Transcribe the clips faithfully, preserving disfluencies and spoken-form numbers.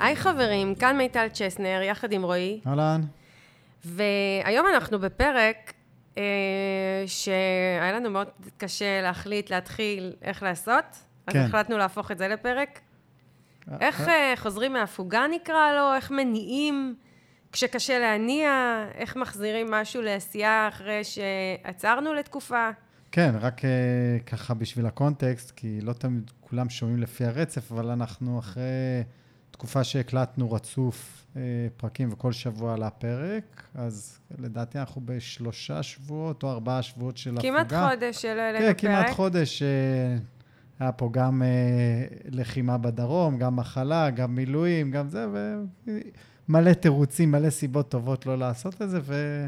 היי חברים, כאן מיטל צ'סנר, יחד עם רועי. אהלן. והיום אנחנו בפרק אה, שהיה לנו מאוד קשה להחליט, להתחיל, איך לעשות. כן. אז החלטנו להפוך את זה לפרק. איך אה, חוזרים מהפוגה נקרא לו, איך מניעים כשקשה להניע, איך מחזירים משהו לעשייה אחרי שעצרנו לתקופה. כן, רק אה, ככה בשביל הקונטקסט, כי לא תמיד כולם שומעים לפי הרצף, אבל אנחנו אחרי תקופה שהקלטנו רצוף אה, פרקים וכל שבוע על הפרק, אז לדעתי אנחנו בשלושה שבועות או ארבעה שבועות של הפוגה. כמעט חודש של הפרק. כן, כמעט חודש. אה, היה פה גם אה, לחימה בדרום, גם מחלה, גם מילואים, גם זה, ומלא תירוצים, מלא סיבות טובות לא לעשות את זה, ו...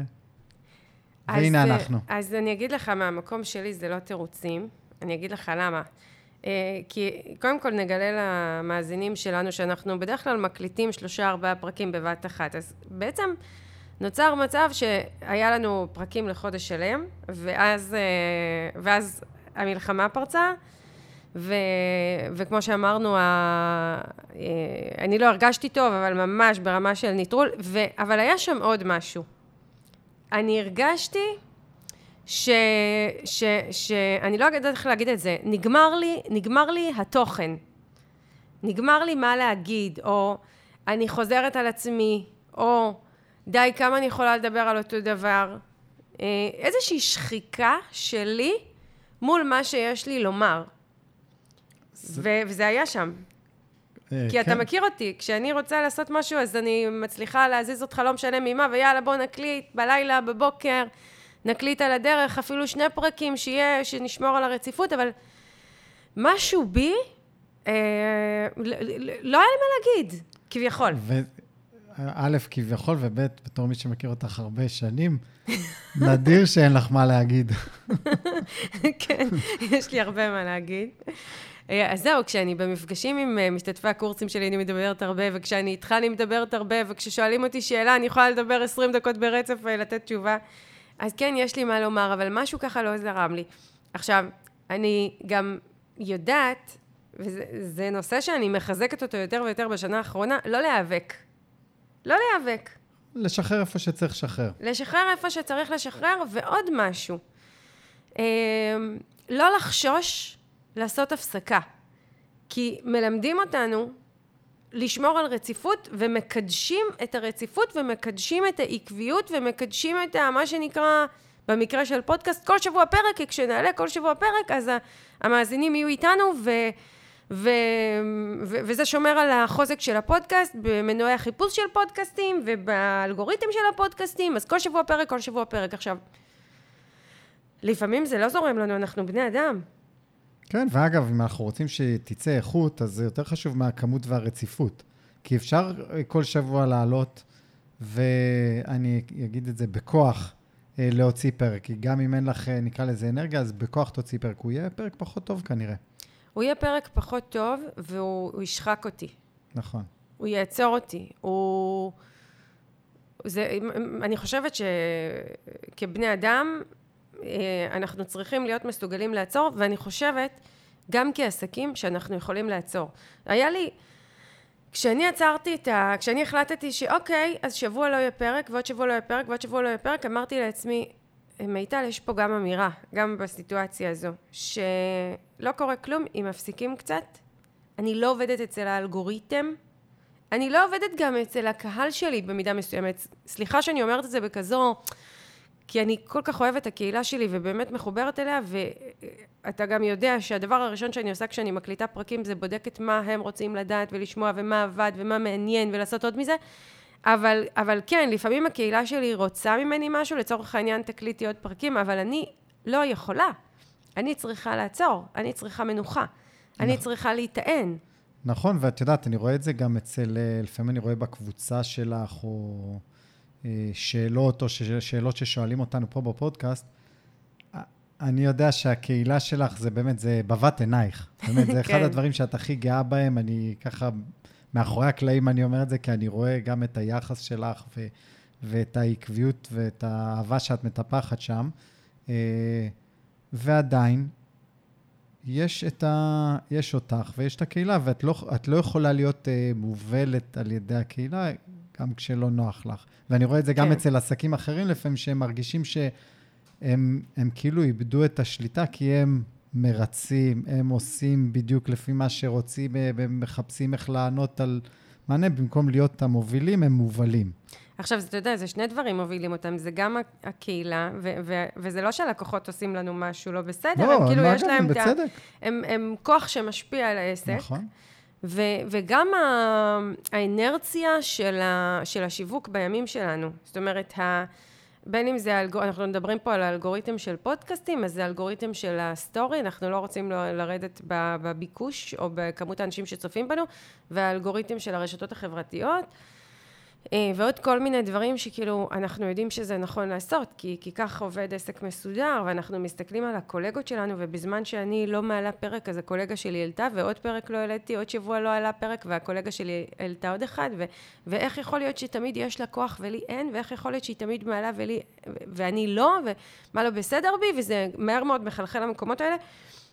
והנה אז, אנחנו. אז אני אגיד לך מהמקום שלי, זה לא תירוצים. אני אגיד לך למה. כי קודם כל נגלה למאזינים שלנו שאנחנו בדרך כלל מקליטים שלושה ארבעה פרקים בבת אחת. אז בעצם נוצר מצב שהיה לנו פרקים לחודש שלם, ואז, ואז המלחמה פרצה, ו, וכמו שאמרנו, ה, אני לא הרגשתי טוב, אבל ממש ברמה של ניטרול, ו, אבל היה שם עוד משהו. אני הרגשתי ש, ש, ש, אני לא יודעת איך להגיד את זה, נגמר לי, נגמר לי התוכן. נגמר לי מה להגיד, או אני חוזרת על עצמי, או די כמה אני יכולה לדבר על אותו דבר. איזושהי שחיקה שלי מול מה שיש לי לומר. ו- וזה היה שם. כי אתה מכיר אותי, כשאני רוצה לעשות משהו, אז אני מצליחה להזיז אותך, לא משנה ממה, ויאללה, בוא נקליט בלילה, בבוקר, נקליט על הדרך, אפילו שני פרקים שיהיה, שנשמור על הרציפות, אבל משהו בי, אה, לא היה לי מה להגיד, כביכול. א', כביכול, וב', בתור מי שמכיר אותך הרבה שנים, נדיר שאין לך מה להגיד. כן, יש לי הרבה מה להגיד. אז זהו, כשאני במפגשים עם משתתפי הקורסים שלי, אני מדברת הרבה, וכשאני איתך אני מדברת הרבה, וכששואלים אותי שאלה, אני יכולה לדבר עשרים דקות ברצף ולתת תשובה. אז כן, יש לי מה לומר, אבל משהו ככה לא זרם לי. עכשיו, אני גם יודעת, וזה נושא שאני מחזקת אותו יותר ויותר בשנה האחרונה, לא להיאבק. לא להיאבק. לשחרר איפה שצריך לשחרר. לשחרר איפה שצריך לשחרר, ועוד משהו. לא לחשוש לעשות הפסקה. כי מלמדים אותנו לשמור על רציפות, ומקדשים את הרציפות, ומקדשים את העקביות, ומקדשים את מה שנקרא, במקרה של פודקאסט, כל שבוע פרק, כי כשנעלה כל שבוע פרק, אז המאזינים יהיו איתנו, ו... ו... ו... וזה שומר על החוזק של הפודקאסט, במנועי החיפוש של פודקאסטים, ובאלגוריתם של הפודקאסטים, אז כל שבוע פרק, כל שבוע פרק. עכשיו, לפעמים זה לא זורם לנו, אנחנו בני אדם. כן, ואגב, אם אנחנו רוצים שתצא איכות, אז זה יותר חשוב מהכמות והרציפות. כי אפשר כל שבוע לעלות, ואני אגיד את זה בכוח, להוציא פרק. כי גם אם אין לך, נקרא לזה אנרגיה, אז בכוח תוציא פרק. הוא יהיה פרק פחות טוב כנראה. הוא יהיה פרק פחות טוב, והוא ישחק אותי. נכון. הוא יעצור אותי. הוא... זה, אני חושבת שכבני אדם, אנחנו צריכים להיות מסוגלים לעצור, ואני חושבת גם כעסקים שאנחנו יכולים לעצור. היה לי, כשאני עצרתי את ה... כשאני החלטתי שאוקיי, אז שבוע לא יהיה פרק, ועוד שבוע לא יהיה פרק, ועוד שבוע לא יהיה פרק, אמרתי לעצמי, מיטל, יש פה גם אמירה, גם בסיטואציה הזו, שלא קורה כלום אם מפסיקים קצת. אני לא עובדת אצל האלגוריתם, אני לא עובדת גם אצל הקהל שלי במידה מסוימת. סליחה שאני אומרת את זה בכזו, כי אני כל כך אוהבת את הקהילה שלי ובאמת מחוברת אליה, ואתה גם יודע שהדבר הראשון שאני עושה כשאני מקליטה פרקים זה בודקת מה הם רוצים לדעת ולשמוע ומה עבד ומה מעניין ולעשות עוד מזה. אבל, אבל כן, לפעמים הקהילה שלי רוצה ממני משהו, לצורך העניין תקליטי עוד פרקים, אבל אני לא יכולה. אני צריכה לעצור, אני צריכה מנוחה, אני צריכה להיטען. נכון, ואת יודעת, אני רואה את זה גם אצל, לפעמים אני רואה בקבוצה שלך, או שאלות, או שאלות ששואלים אותנו פה בפודקאסט, אני יודע שהקהילה שלך זה באמת, זה בבת עינייך. באמת, זה אחד הדברים שאת הכי גאה בהם, אני ככה, מאחורי הקלעים אני אומר את זה, כי אני רואה גם את היחס שלך, ו, ואת העקביות, ואת האהבה שאת מטפחת שם, ועדיין, יש את ה... יש אותך ויש את הקהילה, ואת לא, את לא יכולה להיות uh, מובלת על ידי הקהילה, גם כשלא נוח לך. ואני רואה את זה גם כן. אצל עסקים אחרים, לפעמים שהם מרגישים שהם הם כאילו איבדו את השליטה, כי הם מרצים, הם עושים בדיוק לפי מה שרוצים, הם מחפשים איך לענות על מענה, במקום להיות המובילים, הם מובלים. עכשיו, אתה יודע, זה שני דברים מובילים אותם, זה גם הקהילה, ו- ו- וזה לא שהלקוחות עושים לנו משהו לא בסדר, לא, הם כאילו הם יש להם את ה... הם, הם כוח שמשפיע על העסק. נכון. ו- וגם ה- האנרציה של, ה- של השיווק בימים שלנו. זאת אומרת, ה- בין אם זה, האלגור... אנחנו מדברים פה על האלגוריתם של פודקאסטים, אז זה האלגוריתם של הסטורי, אנחנו לא רוצים לרדת בביקוש או בכמות האנשים שצופים בנו, והאלגוריתם של הרשתות החברתיות. ועוד כל מיני דברים שכאילו אנחנו יודעים שזה נכון לעשות, כי, כי כך עובד עסק מסודר, ואנחנו מסתכלים על הקולגות שלנו, ובזמן שאני לא מעלה פרק, אז הקולגה שלי העלתה, ועוד פרק לא העליתי, עוד שבוע לא העלה פרק, והקולגה שלי העלתה עוד אחד, ו, ואיך יכול להיות שתמיד יש לה כוח ולי אין, ואיך יכול להיות שהיא תמיד מעלה ולי, ואני לא, ומה לא בסדר בי, וזה מהר מאוד מחלחל למקומות האלה.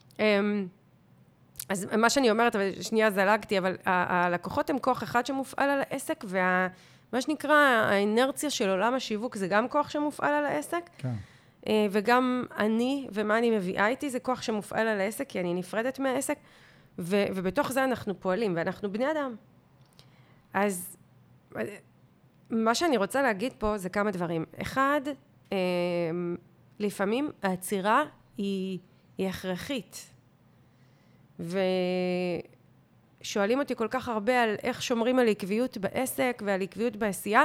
אז מה שאני אומרת, אבל שנייה זלגתי, אבל הלקוחות הם כוח אחד שמופעל על העסק, וה... מה שנקרא, האנרציה של עולם השיווק זה גם כוח שמופעל על העסק, כן. וגם אני ומה אני מביאה איתי זה כוח שמופעל על העסק, כי אני נפרדת מהעסק, ו- ובתוך זה אנחנו פועלים, ואנחנו בני אדם. אז מה שאני רוצה להגיד פה זה כמה דברים. אחד, לפעמים העצירה היא, היא הכרחית, ו... שואלים אותי כל כך הרבה על איך שומרים על עקביות בעסק ועל עקביות בעשייה,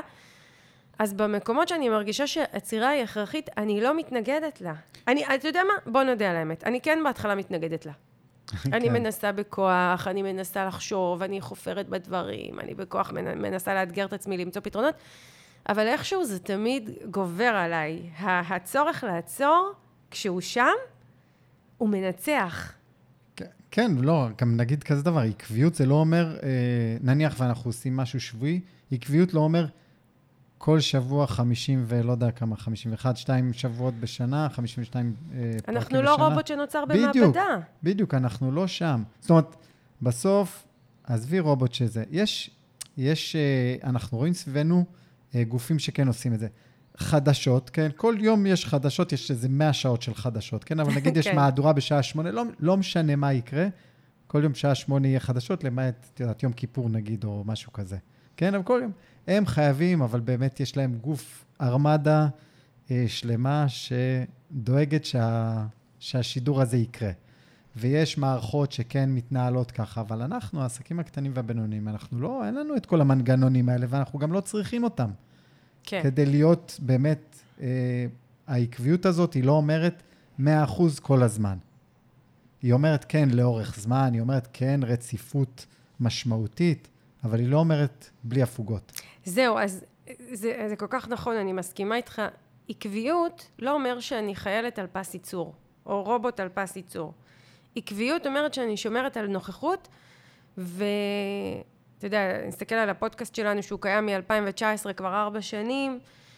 אז במקומות שאני מרגישה שהעצירה היא הכרחית, אני לא מתנגדת לה. אני, אתה יודע מה? בוא נודה על האמת. אני כן בהתחלה מתנגדת לה. אני מנסה בכוח, אני מנסה לחשוב, אני חופרת בדברים, אני בכוח מנסה לאתגר את עצמי, למצוא פתרונות, אבל איכשהו זה תמיד גובר עליי. הצורך לעצור, כשהוא שם, הוא מנצח. כן, לא, גם נגיד כזה דבר, עקביות זה לא אומר, נניח ואנחנו עושים משהו שבועי, עקביות לא אומר כל שבוע חמישים ולא יודע כמה, חמישים ואחת, שתיים שבועות בשנה, חמישים ושתיים פרקים בשנה. אנחנו לא רובוט שנוצר במעבדה. בדיוק, בדיוק, אנחנו לא שם. זאת אומרת, בסוף, עזבי רובוט שזה, יש, יש, אנחנו רואים סביבנו גופים שכן עושים את זה. חדשות, כן? כל יום יש חדשות, יש איזה מאה שעות של חדשות, כן? אבל נגיד יש מהדורה בשעה שמונה, לא, לא משנה מה יקרה, כל יום שעה שמונה יהיה חדשות, למעט, תדעת, יום כיפור נגיד, או משהו כזה, כן? אבל כל יום, הם חייבים, אבל באמת יש להם גוף ארמדה אה, שלמה, שדואגת שה, שהשידור הזה יקרה. ויש מערכות שכן מתנהלות ככה, אבל אנחנו, העסקים הקטנים והבינוניים, אנחנו לא, אין לנו את כל המנגנונים האלה, ואנחנו גם לא צריכים אותם. כן. כדי להיות באמת, אה, העקביות הזאת היא לא אומרת מאה אחוז כל הזמן. היא אומרת כן לאורך זמן, היא אומרת כן רציפות משמעותית, אבל היא לא אומרת בלי הפוגות. זהו, אז זה, זה כל כך נכון, אני מסכימה איתך. עקביות לא אומר שאני חיילת על פס ייצור, או רובוט על פס ייצור. עקביות אומרת שאני שומרת על נוכחות, ו... אתה יודע, נסתכל על הפודקאסט שלנו שהוא קיים מ-אלפיים תשע עשרה כבר ארבע שנים,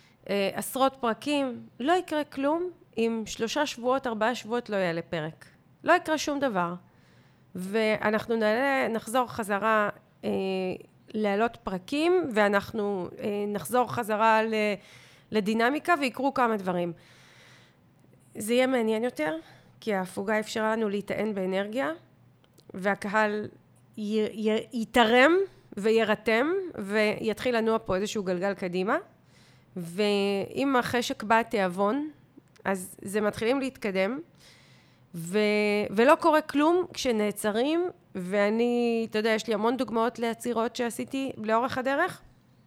עשרות פרקים, לא יקרה כלום אם שלושה שבועות, ארבעה שבועות לא יעלה פרק. לא יקרה שום דבר. ואנחנו נעלה, נחזור חזרה אה, להעלות פרקים, ואנחנו אה, נחזור חזרה ל, לדינמיקה ויקרו כמה דברים. זה יהיה מעניין יותר, כי ההפוגה אפשרה לנו להיטען באנרגיה, והקהל יתרם וירתם, ויתחיל לנוע פה איזשהו גלגל קדימה, ואם החשק בא תיאבון, אז זה מתחילים להתקדם, ו... ולא קורה כלום כשנעצרים, ואני, אתה יודע, יש לי המון דוגמאות לעצירות שעשיתי לאורך הדרך,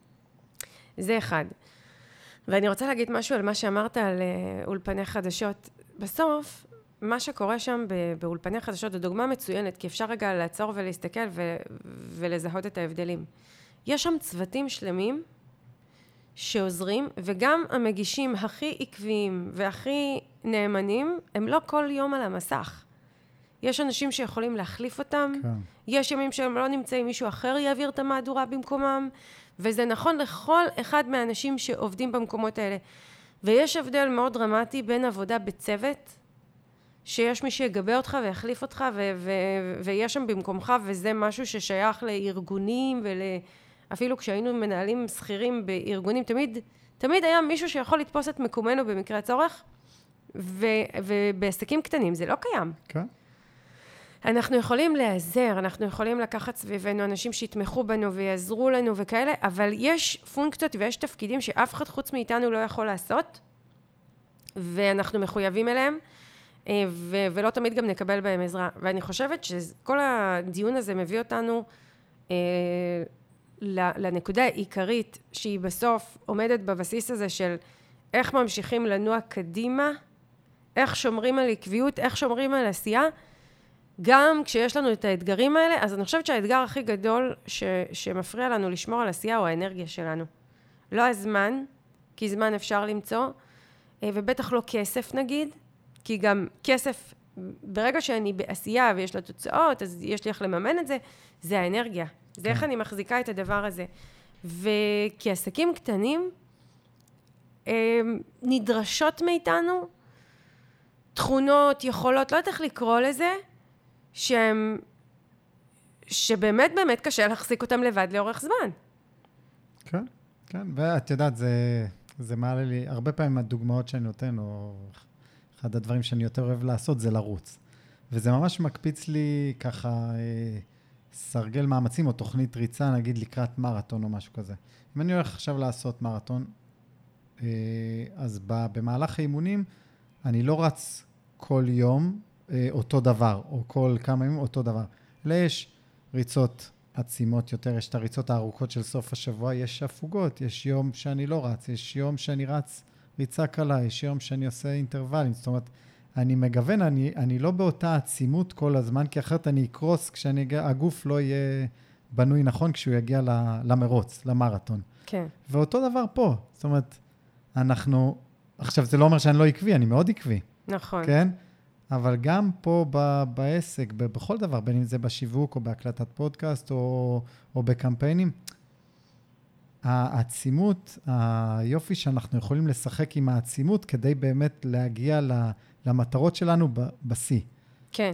זה אחד. ואני רוצה להגיד משהו על מה שאמרת על אולפני חדשות. בסוף, מה שקורה שם באולפני חדשות, זו דוגמה מצוינת, כי אפשר רגע לעצור ולהסתכל ו- ולזהות את ההבדלים. יש שם צוותים שלמים שעוזרים, וגם המגישים הכי עקביים והכי נאמנים, הם לא כל יום על המסך. יש אנשים שיכולים להחליף אותם, כן. יש ימים שהם לא נמצאים, מישהו אחר יעביר את המהדורה במקומם, וזה נכון לכל אחד מהאנשים שעובדים במקומות האלה. ויש הבדל מאוד דרמטי בין עבודה בצוות, שיש מי שיגבה אותך ויחליף אותך ו- ו- ויש שם במקומך, וזה משהו ששייך לארגונים ואפילו כשהיינו מנהלים שכירים בארגונים, תמיד, תמיד היה מישהו שיכול לתפוס את מקומנו במקרה הצורך, ו- ובעסקים קטנים זה לא קיים. כן. אנחנו יכולים להיעזר, אנחנו יכולים לקחת סביבנו אנשים שיתמכו בנו ויעזרו לנו וכאלה, אבל יש פונקציות ויש תפקידים שאף אחד חוץ מאיתנו לא יכול לעשות, ואנחנו מחויבים אליהם, ו- ולא תמיד גם נקבל בהם עזרה. ואני חושבת שכל הדיון הזה מביא אותנו אה, לנקודה העיקרית, שהיא בסוף עומדת בבסיס הזה של איך ממשיכים לנוע קדימה, איך שומרים על עקביות, איך שומרים על עשייה, גם כשיש לנו את האתגרים האלה. אז אני חושבת שהאתגר הכי גדול ש- שמפריע לנו לשמור על עשייה הוא האנרגיה שלנו. לא הזמן, כי זמן אפשר למצוא, ובטח לא כסף נגיד, כי גם כסף, ברגע שאני בעשייה ויש לה תוצאות, אז יש לי איך לממן את זה, זה האנרגיה. זה איך אני מחזיקה את הדבר הזה. וכעסקים קטנים, נדרשות מאיתנו תכונות, יכולות, לא יודעת איך לקרוא לזה, שהם, שבאמת באמת קשה להחזיק אותם לבד לאורך זמן. כן, כן, ואת יודעת, זה, זה מעלה לי, הרבה פעמים הדוגמאות שאני נותן, או אחד הדברים שאני יותר אוהב לעשות, זה לרוץ. וזה ממש מקפיץ לי ככה, אה, סרגל מאמצים, או תוכנית ריצה, נגיד לקראת מרתון או משהו כזה. אם אני הולך עכשיו לעשות מרתון, אה, אז במהלך האימונים, אני לא רץ כל יום אה, אותו דבר, או כל כמה ימים אותו דבר. אלא יש ריצות עצימות יותר, יש את הריצות הארוכות של סוף השבוע, יש הפוגות, יש יום שאני לא רץ, יש יום שאני רץ ריצה קלה, יש יום שאני עושה אינטרוולים, זאת אומרת, אני מגוון, אני, אני לא באותה עצימות כל הזמן, כי אחרת אני אקרוס כשהגוף לא יהיה בנוי נכון, כשהוא יגיע למרוץ, למרתון. כן. ואותו דבר פה, זאת אומרת, אנחנו, עכשיו זה לא אומר שאני לא עקבי, אני מאוד עקבי. נכון. כן? אבל גם פה ב, בעסק, ב, בכל דבר, בין אם זה בשיווק או בהקלטת פודקאסט או, או בקמפיינים, העצימות, היופי שאנחנו יכולים לשחק עם העצימות כדי באמת להגיע למטרות שלנו בסי. כן.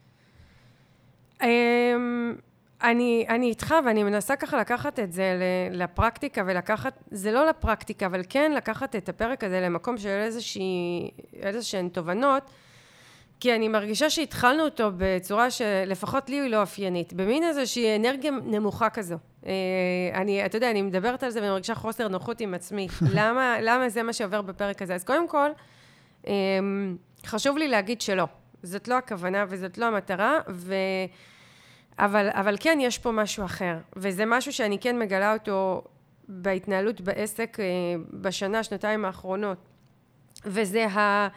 אני, אני איתך ואני מנסה ככה לקחת את זה לפרקטיקה ולקחת, זה לא לפרקטיקה, אבל כן לקחת את הפרק הזה למקום של איזושהי, איזושהי תובנות, כי אני מרגישה שהתחלנו אותו בצורה שלפחות לי היא לא אופיינית, במין איזושהי אנרגיה נמוכה כזו. אני, אתה יודע, אני מדברת על זה ואני מרגישה חוסר נוחות עם עצמי. למה, למה זה מה שעובר בפרק הזה? אז קודם כל, חשוב לי להגיד שלא. זאת לא הכוונה וזאת לא המטרה, ו... אבל, אבל כן יש פה משהו אחר, וזה משהו שאני כן מגלה אותו בהתנהלות בעסק בשנה, שנתיים האחרונות, וזה ה...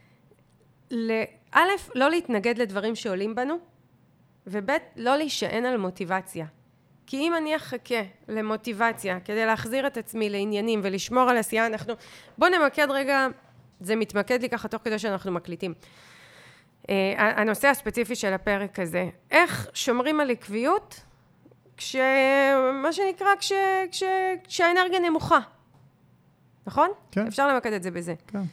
א', לא להתנגד לדברים שעולים בנו, וב', לא להישען על מוטיבציה. כי אם אני אחכה למוטיבציה כדי להחזיר את עצמי לעניינים ולשמור על עשייה, אנחנו... בוא נמקד רגע, זה מתמקד לי ככה תוך כדי שאנחנו מקליטים. הנושא הספציפי של הפרק הזה, איך שומרים על עקביות, כש... מה שנקרא, כש... כש... כשהאנרגיה נמוכה. נכון? כן. אפשר למקד את זה בזה. כן.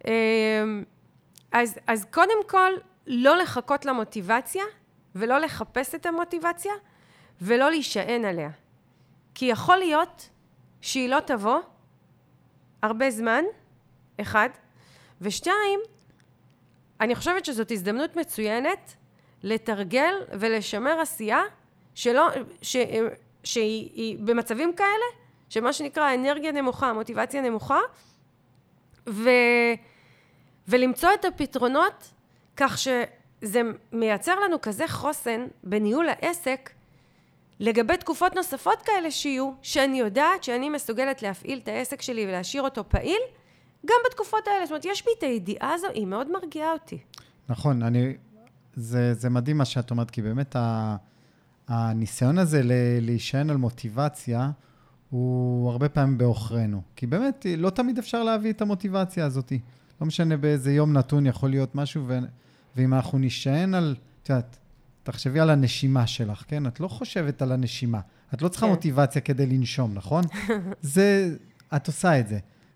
אז, אז קודם כל, לא לחכות למוטיבציה, ולא לחפש את המוטיבציה, ולא להישען עליה. כי יכול להיות שהיא לא תבוא הרבה זמן, אחד, ושתיים, אני חושבת שזאת הזדמנות מצוינת לתרגל ולשמר עשייה שלא, ש, שהיא היא במצבים כאלה, שמה שנקרא אנרגיה נמוכה, מוטיבציה נמוכה, ו, ולמצוא את הפתרונות כך שזה מייצר לנו כזה חוסן בניהול העסק, לגבי תקופות נוספות כאלה שיהיו, שאני יודעת שאני מסוגלת להפעיל את העסק שלי ולהשאיר אותו פעיל, גם בתקופות האלה. זאת אומרת, יש בי את הידיעה הזו, היא מאוד מרגיעה אותי. נכון, אני, זה, זה מדהים מה שאת אומרת, כי באמת ה, הניסיון הזה להישען על מוטיבציה, הוא הרבה פעמים באוכרנו. כי באמת לא תמיד אפשר להביא את המוטיבציה הזאת. לא משנה באיזה יום נתון יכול להיות משהו, ו, ואם אנחנו נשען על, את יודעת, תחשבי על הנשימה שלך, כן? את לא חושבת על הנשימה. את לא צריכה כן. מוטיבציה כדי לנשום, נכון? זה, את עושה את זה.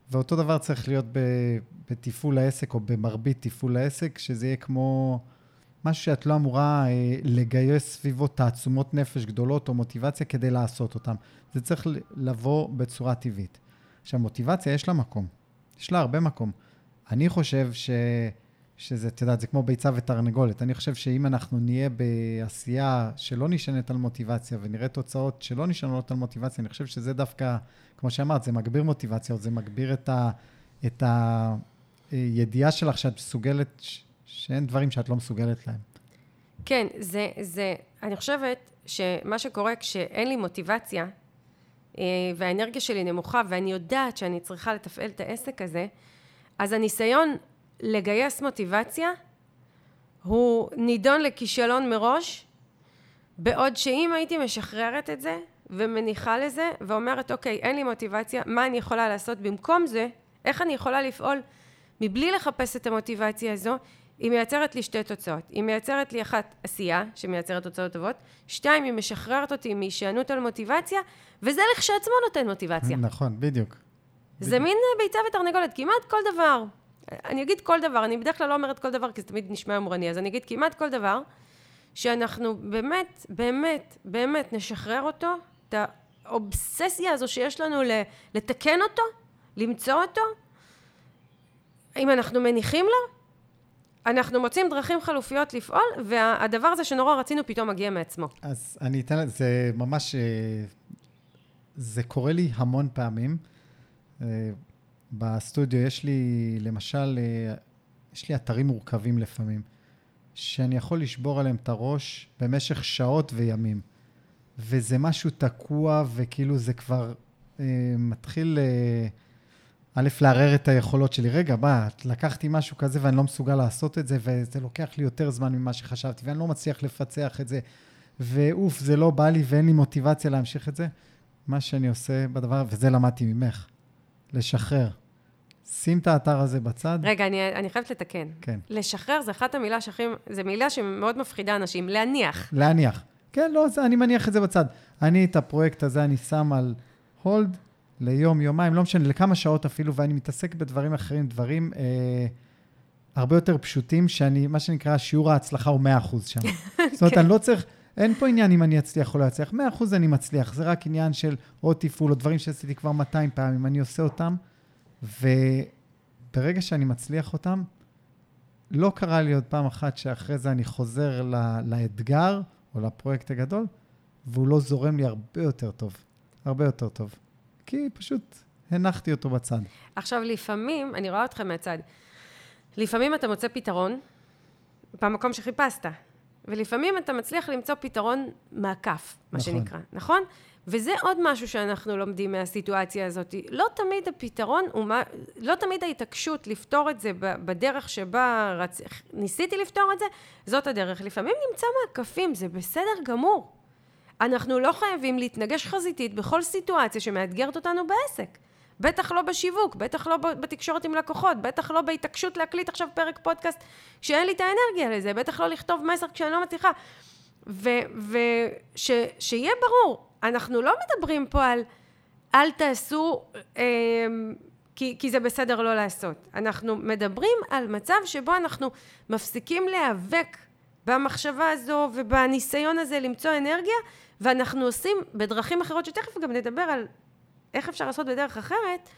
ואותו דבר צריך להיות בתפעול העסק, או במרבית תפעול העסק, שזה יהיה כמו משהו שאת לא אמורה לגייס סביבו תעצומות נפש גדולות, או מוטיבציה כדי לעשות אותם. זה צריך לבוא בצורה טבעית. עכשיו, מוטיבציה יש לה מקום. יש לה הרבה מקום. אני חושב ש... שזה, אתה יודע, זה כמו ביצה ותרנגולת. אני חושב שאם אנחנו נהיה בעשייה שלא נשענת על מוטיבציה, ונראה תוצאות שלא נשענות על מוטיבציה, אני חושב שזה דווקא, כמו שאמרת, זה מגביר מוטיבציה, או זה מגביר את ה... את הידיעה שלך שאת מסוגלת, שאין דברים שאת לא מסוגלת להם. כן, זה, זה, אני חושבת שמה שקורה כשאין לי מוטיבציה, והאנרגיה שלי נמוכה, ואני יודעת שאני צריכה לתפעל את העסק הזה, אז הניסיון לגייס מוטיבציה, הוא נידון לכישלון מראש, בעוד שאם הייתי משחררת את זה, ומניחה לזה, ואומרת, אוקיי, אין לי מוטיבציה, מה אני יכולה לעשות במקום זה? איך אני יכולה לפעול מבלי לחפש את המוטיבציה הזו? היא מייצרת לי שתי תוצאות. היא מייצרת לי אחת עשייה, שמייצרת תוצאות טובות, שתיים, היא משחררת אותי מהישענות על מוטיבציה, וזה לכשעצמו נותן מוטיבציה. נכון, בדיוק. זה מין ביצה ותרנגולת, כמעט כל דבר. אני אגיד כל דבר, אני בדרך כלל לא אומרת כל דבר, כי זה תמיד נשמע אמרני, אז אני אגיד כמעט כל דבר, שאנחנו באמת, באמת, באמת נשחרר אותו, את האובססיה הזו שיש לנו לתקן אותו, למצוא אותו, אם אנחנו מניחים לו, אנחנו מוצאים דרכים חלופיות לפעול, והדבר הזה שנורא רצינו פתאום מגיע מעצמו. אז אני אתן, זה ממש, זה קורה לי המון פעמים. בסטודיו יש לי, למשל, יש לי אתרים מורכבים לפעמים, שאני יכול לשבור עליהם את הראש במשך שעות וימים. וזה משהו תקוע, וכאילו זה כבר אה, מתחיל, אה, א', לערער את היכולות שלי. רגע, בא, לקחתי משהו כזה ואני לא מסוגל לעשות את זה, וזה לוקח לי יותר זמן ממה שחשבתי, ואני לא מצליח לפצח את זה, ואוף, זה לא בא לי ואין לי מוטיבציה להמשיך את זה. מה שאני עושה בדבר, וזה למדתי ממך, לשחרר. שים את האתר הזה בצד. רגע, אני, אני חייבת לתקן. כן. לשחרר זה אחת המילה שכי, זה מילה שמאוד מפחידה אנשים, להניח. להניח. כן, לא, זה, אני מניח את זה בצד. אני את הפרויקט הזה, אני שם על הולד ליום, יומיים, לא משנה, לכמה שעות אפילו, ואני מתעסק בדברים אחרים, דברים אה, הרבה יותר פשוטים, שאני, מה שנקרא, שיעור ההצלחה הוא מאה אחוז שם. זאת אומרת, אני לא צריך, אין פה עניין אם אני אצליח או לא אצליח. מאה אחוז אני מצליח, זה רק עניין של עוד טיפול, או דברים שעשיתי כבר מאתיים פעמים, אני עושה אותם, וברגע שאני מצליח אותם, לא קרה לי עוד פעם אחת שאחרי זה אני חוזר לה, לאתגר, או לפרויקט הגדול, והוא לא זורם לי הרבה יותר טוב. הרבה יותר טוב. כי פשוט הנחתי אותו בצד. עכשיו, לפעמים, אני רואה אתכם מהצד, לפעמים אתה מוצא פתרון, במקום שחיפשת, ולפעמים אתה מצליח למצוא פתרון מעקף, מה נכון. שנקרא, נכון? וזה עוד משהו שאנחנו לומדים מהסיטואציה הזאת. לא תמיד הפתרון, ומה, לא תמיד ההתעקשות לפתור את זה בדרך שבה רצ... ניסיתי לפתור את זה, זאת הדרך. לפעמים נמצא מעקפים, זה בסדר גמור. אנחנו לא חייבים להתנגש חזיתית בכל סיטואציה שמאתגרת אותנו בעסק. בטח לא בשיווק, בטח לא בתקשורת עם לקוחות, בטח לא בהתעקשות להקליט עכשיו פרק פודקאסט שאין לי את האנרגיה לזה, בטח לא לכתוב מסר כשאני לא מצליחה. ושיהיה ברור, אנחנו לא מדברים פה על אל תעשו, אה, כי, כי זה בסדר לא לעשות. אנחנו מדברים על מצב שבו אנחנו מפסיקים להיאבק במחשבה הזו ובניסיון הזה למצוא אנרגיה, ואנחנו עושים בדרכים אחרות, שתכף גם נדבר על איך אפשר לעשות בדרך אחרת,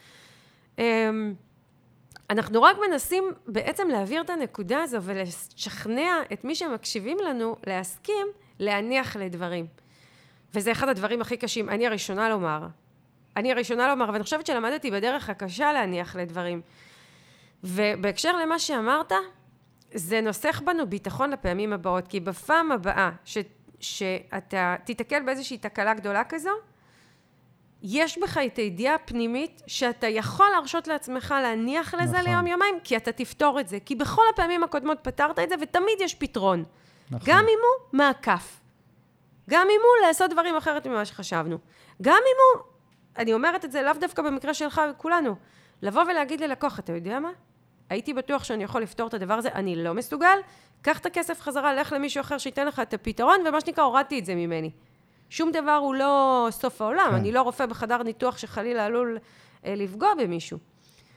אנחנו רק מנסים בעצם להעביר את הנקודה הזו ולשכנע את מי שמקשיבים לנו להסכים להניח לדברים. וזה אחד הדברים הכי קשים. אני הראשונה לומר. אני הראשונה לומר, ואני חושבת שלמדתי בדרך הקשה להניח לדברים. ובהקשר למה שאמרת, זה נוסח בנו ביטחון לפעמים הבאות, כי בפעם הבאה ש, שאתה תתקל באיזושהי תקלה גדולה כזו, יש בך את הידיעה הפנימית שאתה יכול להרשות לעצמך להניח לזה נכון. ליום יומיים, כי אתה תפתור את זה. כי בכל הפעמים הקודמות פתרת את זה, ותמיד יש פתרון. נכון. גם אם הוא מעקף. גם אם הוא לעשות דברים אחרת ממה שחשבנו. גם אם הוא, אני אומרת את זה לאו דווקא במקרה שלך וכולנו, לבוא ולהגיד ללקוח, אתה יודע מה? הייתי בטוח שאני יכול לפתור את הדבר הזה, אני לא מסוגל, קח את הכסף חזרה, לך למישהו אחר שייתן לך את הפתרון, ומה שנקרא, הורדתי את זה ממני. שום דבר הוא לא סוף העולם, אני לא רופא בחדר ניתוח שחלילה עלול אה, לפגוע במישהו.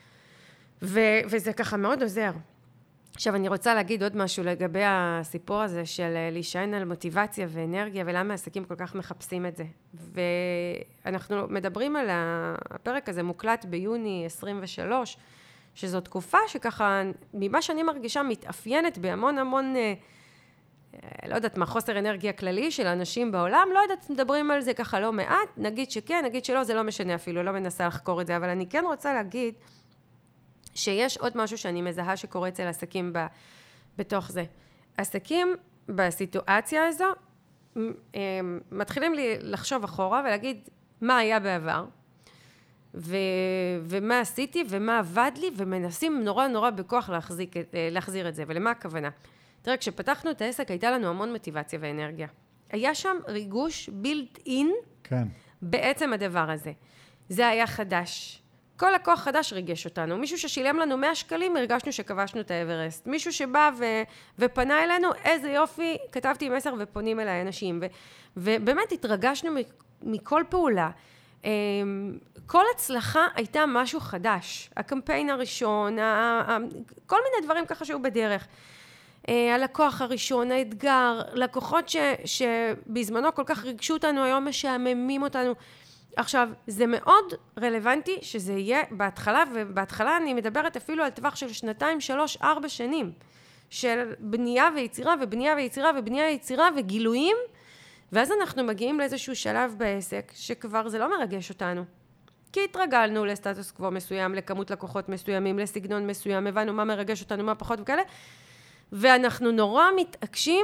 ו- וזה ככה מאוד עוזר. עכשיו, אני רוצה להגיד עוד משהו לגבי הסיפור הזה של להישען על מוטיבציה ואנרגיה, ולמה העסקים כל כך מחפשים את זה. ואנחנו מדברים על הפרק הזה מוקלט ביוני עשרים ושלוש, שזו תקופה שככה, ממה שאני מרגישה, מתאפיינת בהמון המון, לא יודעת מה, חוסר אנרגיה כללי של אנשים בעולם, לא יודעת, מדברים על זה ככה לא מעט, נגיד שכן, נגיד שלא, זה לא משנה אפילו, לא מנסה לחקור את זה, אבל אני כן רוצה להגיד, שיש עוד משהו שאני מזהה שקורה אצל עסקים ב, בתוך זה. עסקים בסיטואציה הזו, מתחילים לי לחשוב אחורה ולהגיד מה היה בעבר, ו, ומה עשיתי ומה עבד לי, ומנסים נורא נורא בכוח להחזיק, להחזיר את זה. ולמה הכוונה? תראה, כשפתחנו את העסק הייתה לנו המון מוטיבציה ואנרגיה. היה שם ריגוש built in כן. בעצם הדבר הזה. זה היה חדש. כל לקוח חדש ריגש אותנו. מישהו ששילם לנו מאה שקלים, הרגשנו שכבשנו את האברסט. מישהו שבא ו... ופנה אלינו, איזה יופי, כתבתי מסר ופונים אליי אנשים. ו... ובאמת התרגשנו מכל פעולה. כל הצלחה הייתה משהו חדש. הקמפיין הראשון, ה... כל מיני דברים ככה שהיו בדרך. הלקוח הראשון, האתגר, לקוחות ש... שבזמנו כל כך ריגשו אותנו, היום משעממים אותנו. עכשיו, זה מאוד רלוונטי שזה יהיה בהתחלה, ובהתחלה אני מדברת אפילו על טווח של שנתיים, שלוש, ארבע שנים, של בנייה ויצירה, ובנייה ויצירה, ובנייה ויצירה, וגילויים, ואז אנחנו מגיעים לאיזשהו שלב בעסק, שכבר זה לא מרגש אותנו. כי התרגלנו לסטטוס קוו מסוים, לכמות לקוחות מסוימים, לסגנון מסוים, הבנו מה מרגש אותנו, מה פחות וכאלה, ואנחנו נורא מתעקשים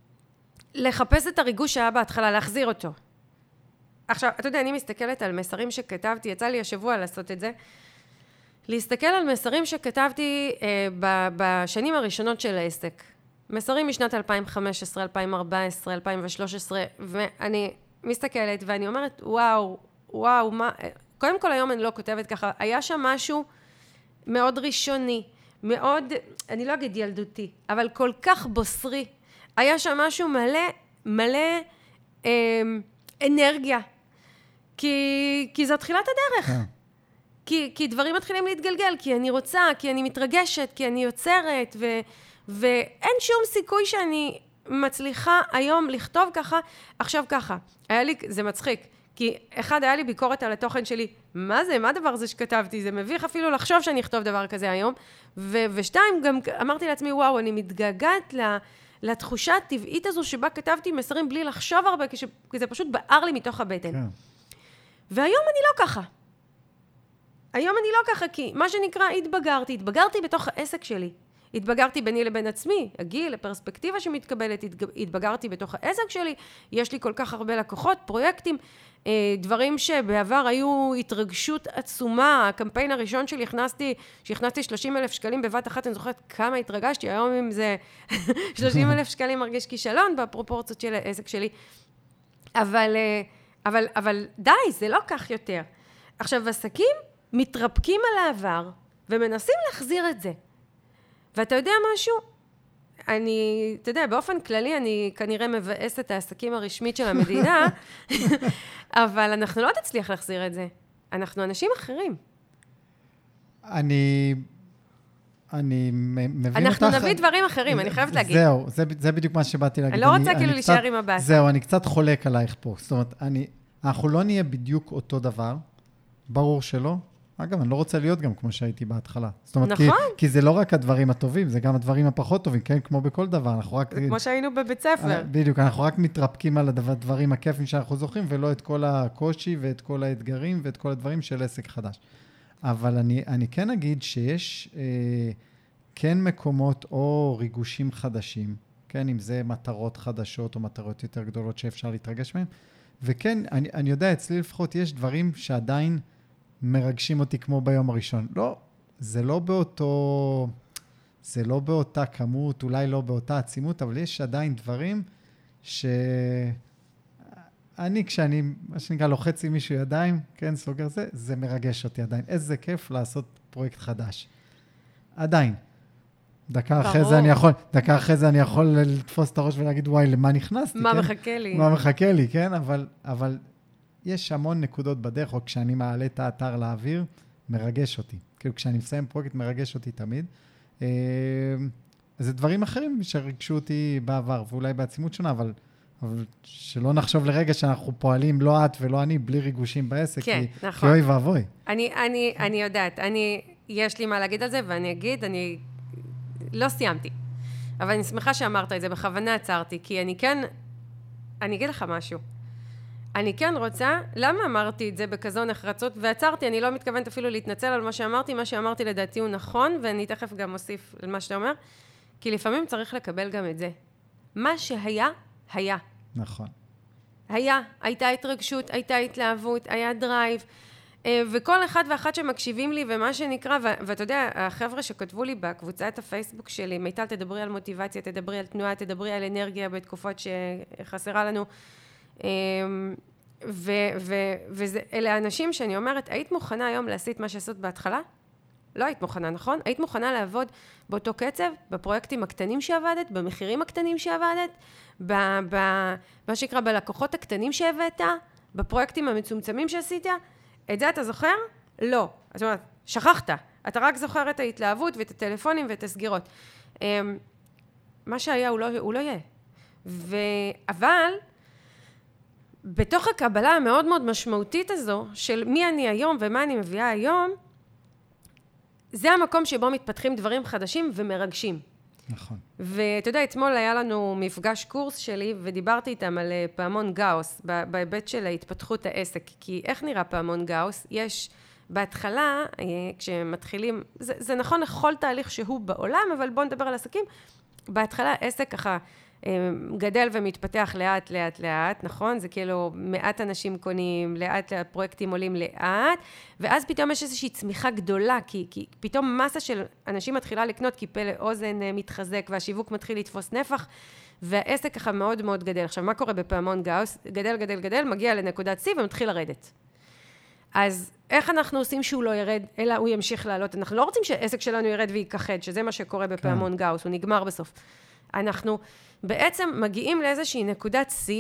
לחפש את הריגוש שהיה בהתחלה, להחזיר אותו. עכשיו, אתה יודע, אני מסתכלת על מסרים שכתבתי, יצא לי השבוע לעשות את זה, להסתכל על מסרים שכתבתי אה, ב- בשנים הראשונות של העסק. מסרים משנת אלפיים וחמש עשרה, אלפיים וארבע עשרה, אלפיים ושלוש עשרה, ואני מסתכלת ואני אומרת, וואו, וואו, מה... קודם כל היום אני לא כותבת ככה, היה שם משהו מאוד ראשוני, מאוד, אני לא אגיד ילדותי, אבל כל כך בוסרי. היה שם משהו מלא, מלא אה, אנרגיה. כי, כי זו תחילת הדרך. Yeah. כי, כי דברים מתחילים להתגלגל, כי אני רוצה, כי אני מתרגשת, כי אני יוצרת, ו, ואין שום סיכוי שאני מצליחה היום לכתוב ככה, עכשיו ככה. היה לי, זה מצחיק, כי אחד היה לי ביקורת על התוכן שלי, מה זה, מה הדבר זה שכתבתי? זה מביך אפילו לחשוב שאני אכתוב דבר כזה היום, ו, ושתיים, גם אמרתי לעצמי, וואו, אני מתגעגעת ל... לתחושה הטבעית הזו שבה כתבתי מסרים בלי לחשוב הרבה, כי זה פשוט בער לי מתוך הבטן. כן. והיום אני לא ככה. היום אני לא ככה, כי מה שנקרא, התבגרתי. התבגרתי בתוך העסק שלי. התבגרתי ביני לבין עצמי, הגיל, הפרספקטיבה שמתקבלת, התבגרתי בתוך העסק שלי. יש לי כל כך הרבה לקוחות, פרויקטים, דברים שבעבר היו התרגשות עצומה. הקמפיין הראשון שלי, הכנסתי, שהכנסתי שלושים אלף שקלים בבת אחת, אני זוכרת כמה התרגשתי, היום אם זה שלושים אלף שקלים מרגיש כישלון בפרופורציות של העסק שלי. אבל, אבל, אבל די, זה לא כך יותר. עכשיו, עסקים מתרפקים על העבר ומנסים להחזיר את זה. ואתה יודע משהו? אני, אתה יודע, באופן כללי אני כנראה מבאס את העסקים הרשמית של המדינה, אבל אנחנו לא תצליח להחזיר את זה. אנחנו אנשים אחרים. אני, אני מבין אותך. אנחנו נביא דברים אחרים, אני חייבת להגיד. זהו, זה, זה בדיוק מה שבאתי להגיד. אני לא רוצה כאילו להישאר עם הבאס. זהו, אני קצת חולק עלייך פה. זאת אומרת, אני, אנחנו לא נהיה בדיוק אותו דבר, ברור שלא. אגב, אני לא רוצה להיות גם כמו שהייתי בהתחלה. זאת אומרת, נכון. כי, כי זה לא רק הדברים הטובים, זה גם הדברים הפחות טובים, כן? כמו בכל דבר, אנחנו רק... כמו שהיינו בבית ספר. בדיוק, אנחנו רק מתרפקים על הדברים הכיפים שאנחנו זוכרים, ולא את כל הקושי ואת כל האתגרים ואת כל הדברים של עסק חדש. אבל אני, אני כן אגיד שיש אה, כן מקומות או ריגושים חדשים, כן? אם זה מטרות חדשות או מטרות יותר גדולות שאפשר להתרגש מהם. וכן, אני, אני יודע, אצלי לפחות יש דברים שעדיין מרגשים אותי כמו ביום הראשון. לא, זה לא באותו, זה לא באותה כמות, אולי לא באותה עצימות, אבל יש עדיין דברים שאני, כשאני, מה שנקרא, לוחץ עם מישהו ידיים, כן, סוגר זה, זה מרגש אותי עדיין. איזה כיף לעשות פרויקט חדש. עדיין. דקה אחרי זה אני יכול, דקה אחרי זה אני יכול לתפוס את הראש ולהגיד, וואי, למה נכנסתי? מה כן? מחכה לי? מה מחכה לי, כן? אבל, אבל יש המון נקודות בדרך, או כשאני מעלה את האתר לאוויר, מרגש אותי. כאילו, כשאני מסיים פרויקט, מרגש אותי תמיד. זה דברים אחרים שרגשו אותי בעבר, ואולי בעצימות שונה, אבל, אבל שלא נחשוב לרגע שאנחנו פועלים לא את ולא אני, בלי ריגושים בעסק, כן, כי, נכון. כי אוי ואבוי. אני, אני, אני יודעת, אני, יש לי מה להגיד על זה, ואני אגיד, אני לא סיימתי. אבל אני שמחה שאמרת את זה, בכוונה עצרתי, כי אני כן, אני אגיד לך משהו. אני כן רוצה, למה אמרתי את זה בכזו נחרצות, ועצרתי, אני לא מתכוונת אפילו להתנצל על מה שאמרתי, מה שאמרתי לדעתי הוא נכון, ואני תכף גם אוסיף על מה שאתה אומר, כי לפעמים צריך לקבל גם את זה. מה שהיה, היה. נכון. היה, הייתה התרגשות, הייתה התלהבות, היה דרייב, וכל אחד ואחת שמקשיבים לי, ומה שנקרא, ואתה יודע, החבר'ה שכתבו לי בקבוצת הפייסבוק שלי, מיטל, תדברי על מוטיבציה, תדברי על תנועה, תדברי על אנרגיה בתקופות שחסרה לנו, ואלה האנשים שאני אומרת, היית מוכנה היום לעשות מה שעשית בהתחלה? לא היית מוכנה, נכון? היית מוכנה לעבוד באותו קצב, בפרויקטים הקטנים שעבדת, במחירים הקטנים שעבדת, במה שנקרא בלקוחות הקטנים שהבאת, בפרויקטים המצומצמים שעשית? את זה אתה זוכר? לא. זאת אומרת, שכחת. אתה רק זוכר את ההתלהבות ואת הטלפונים ואת הסגירות. מה שהיה הוא לא, הוא לא יהיה. ו... אבל בתוך הקבלה המאוד מאוד משמעותית הזו, של מי אני היום ומה אני מביאה היום, זה המקום שבו מתפתחים דברים חדשים ומרגשים. נכון. ואתה יודע, אתמול היה לנו מפגש קורס שלי, ודיברתי איתם על פעמון גאוס, בהיבט של ההתפתחות העסק. כי איך נראה פעמון גאוס? יש בהתחלה, כשמתחילים, זה, זה נכון לכל תהליך שהוא בעולם, אבל בואו נדבר על עסקים. בהתחלה עסק ככה גדל ומתפתח לאט, לאט, לאט, נכון? זה כאילו מעט אנשים קונים, לאט, לאט פרויקטים עולים לאט, ואז פתאום יש איזושהי צמיחה גדולה, כי, כי פתאום מסה של אנשים מתחילה לקנות, כי פה לאוזן מתחזק, והשיווק מתחיל לתפוס נפח, והעסק ככה מאוד מאוד גדל. עכשיו, מה קורה בפעמון גאוס? גדל, גדל, גדל, מגיע לנקודת C ומתחיל לרדת. אז איך אנחנו עושים שהוא לא ירד, אלא הוא ימשיך לעלות? אנחנו לא רוצים שהעסק שלנו ירד וייכחד, שזה מה שקורה בפעמון גאוס, הוא נגמר בסוף. אנחנו בעצם מגיעים לאיזושהי נקודת C,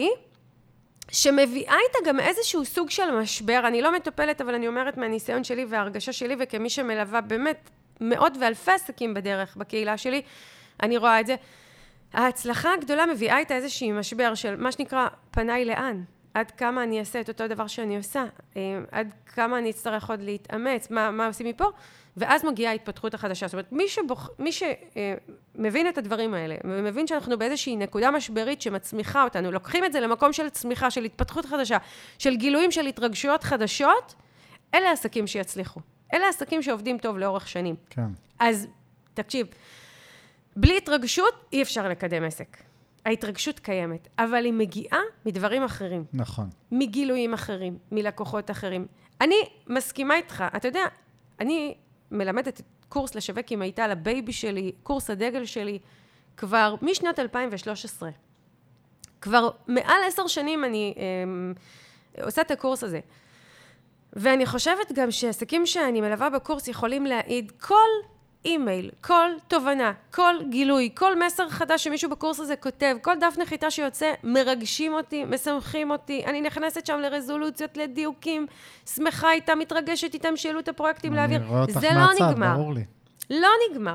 שמביאה איתה גם איזשהו סוג של משבר. אני לא מטופלת, אבל אני אומרת מהניסיון שלי וההרגשה שלי, וכמי שמלווה באמת מאות ואלפי עסקים בדרך בקהילה שלי, אני רואה את זה. ההצלחה הגדולה מביאה איתה איזושהי משבר של מה שנקרא פניי לאן. עד כמה אני אעשה את אותו דבר שאני עושה, עד כמה אני אצטרך עוד להתאמץ, מה, מה עושים מפה, ואז מגיעה ההתפתחות החדשה. זאת אומרת, מי, שבוח, מי שמבין את הדברים האלה, ומבין שאנחנו באיזושהי נקודה משברית שמצמיחה אותנו, לוקחים את זה למקום של צמיחה, של התפתחות חדשה, של גילויים של התרגשויות חדשות, אלה העסקים שיצליחו. אלה העסקים שעובדים טוב לאורך שנים. כן. אז תקשיב, בלי התרגשות אי אפשר לקדם עסק. ההתרגשות קיימת, אבל היא מגיעה מדברים אחרים. נכון. מגילויים אחרים, מלקוחות אחרים. אני מסכימה איתך, אתה יודע, אני מלמדת קורס לשווק עם מיטל, הבייבי שלי, קורס הדגל שלי, כבר משנת אלפיים ושלוש עשרה. כבר מעל עשר שנים אני אה, עושה את הקורס הזה. ואני חושבת גם שעסקים שאני מלווה בקורס יכולים להעיד כל אימייל, כל תובנה, כל גילוי, כל מסר חדש שמישהו בקורס הזה כותב, כל דף נחיתה שיוצא, מרגשים אותי, משמחים אותי, אני נכנסת שם לרזולוציות, לדיוקים, שמחה איתם, מתרגשת איתם, שאלו את הפרויקטים להעביר. אני רואה אותך זה מהצד, לא נגמר. ברור לי. לא נגמר.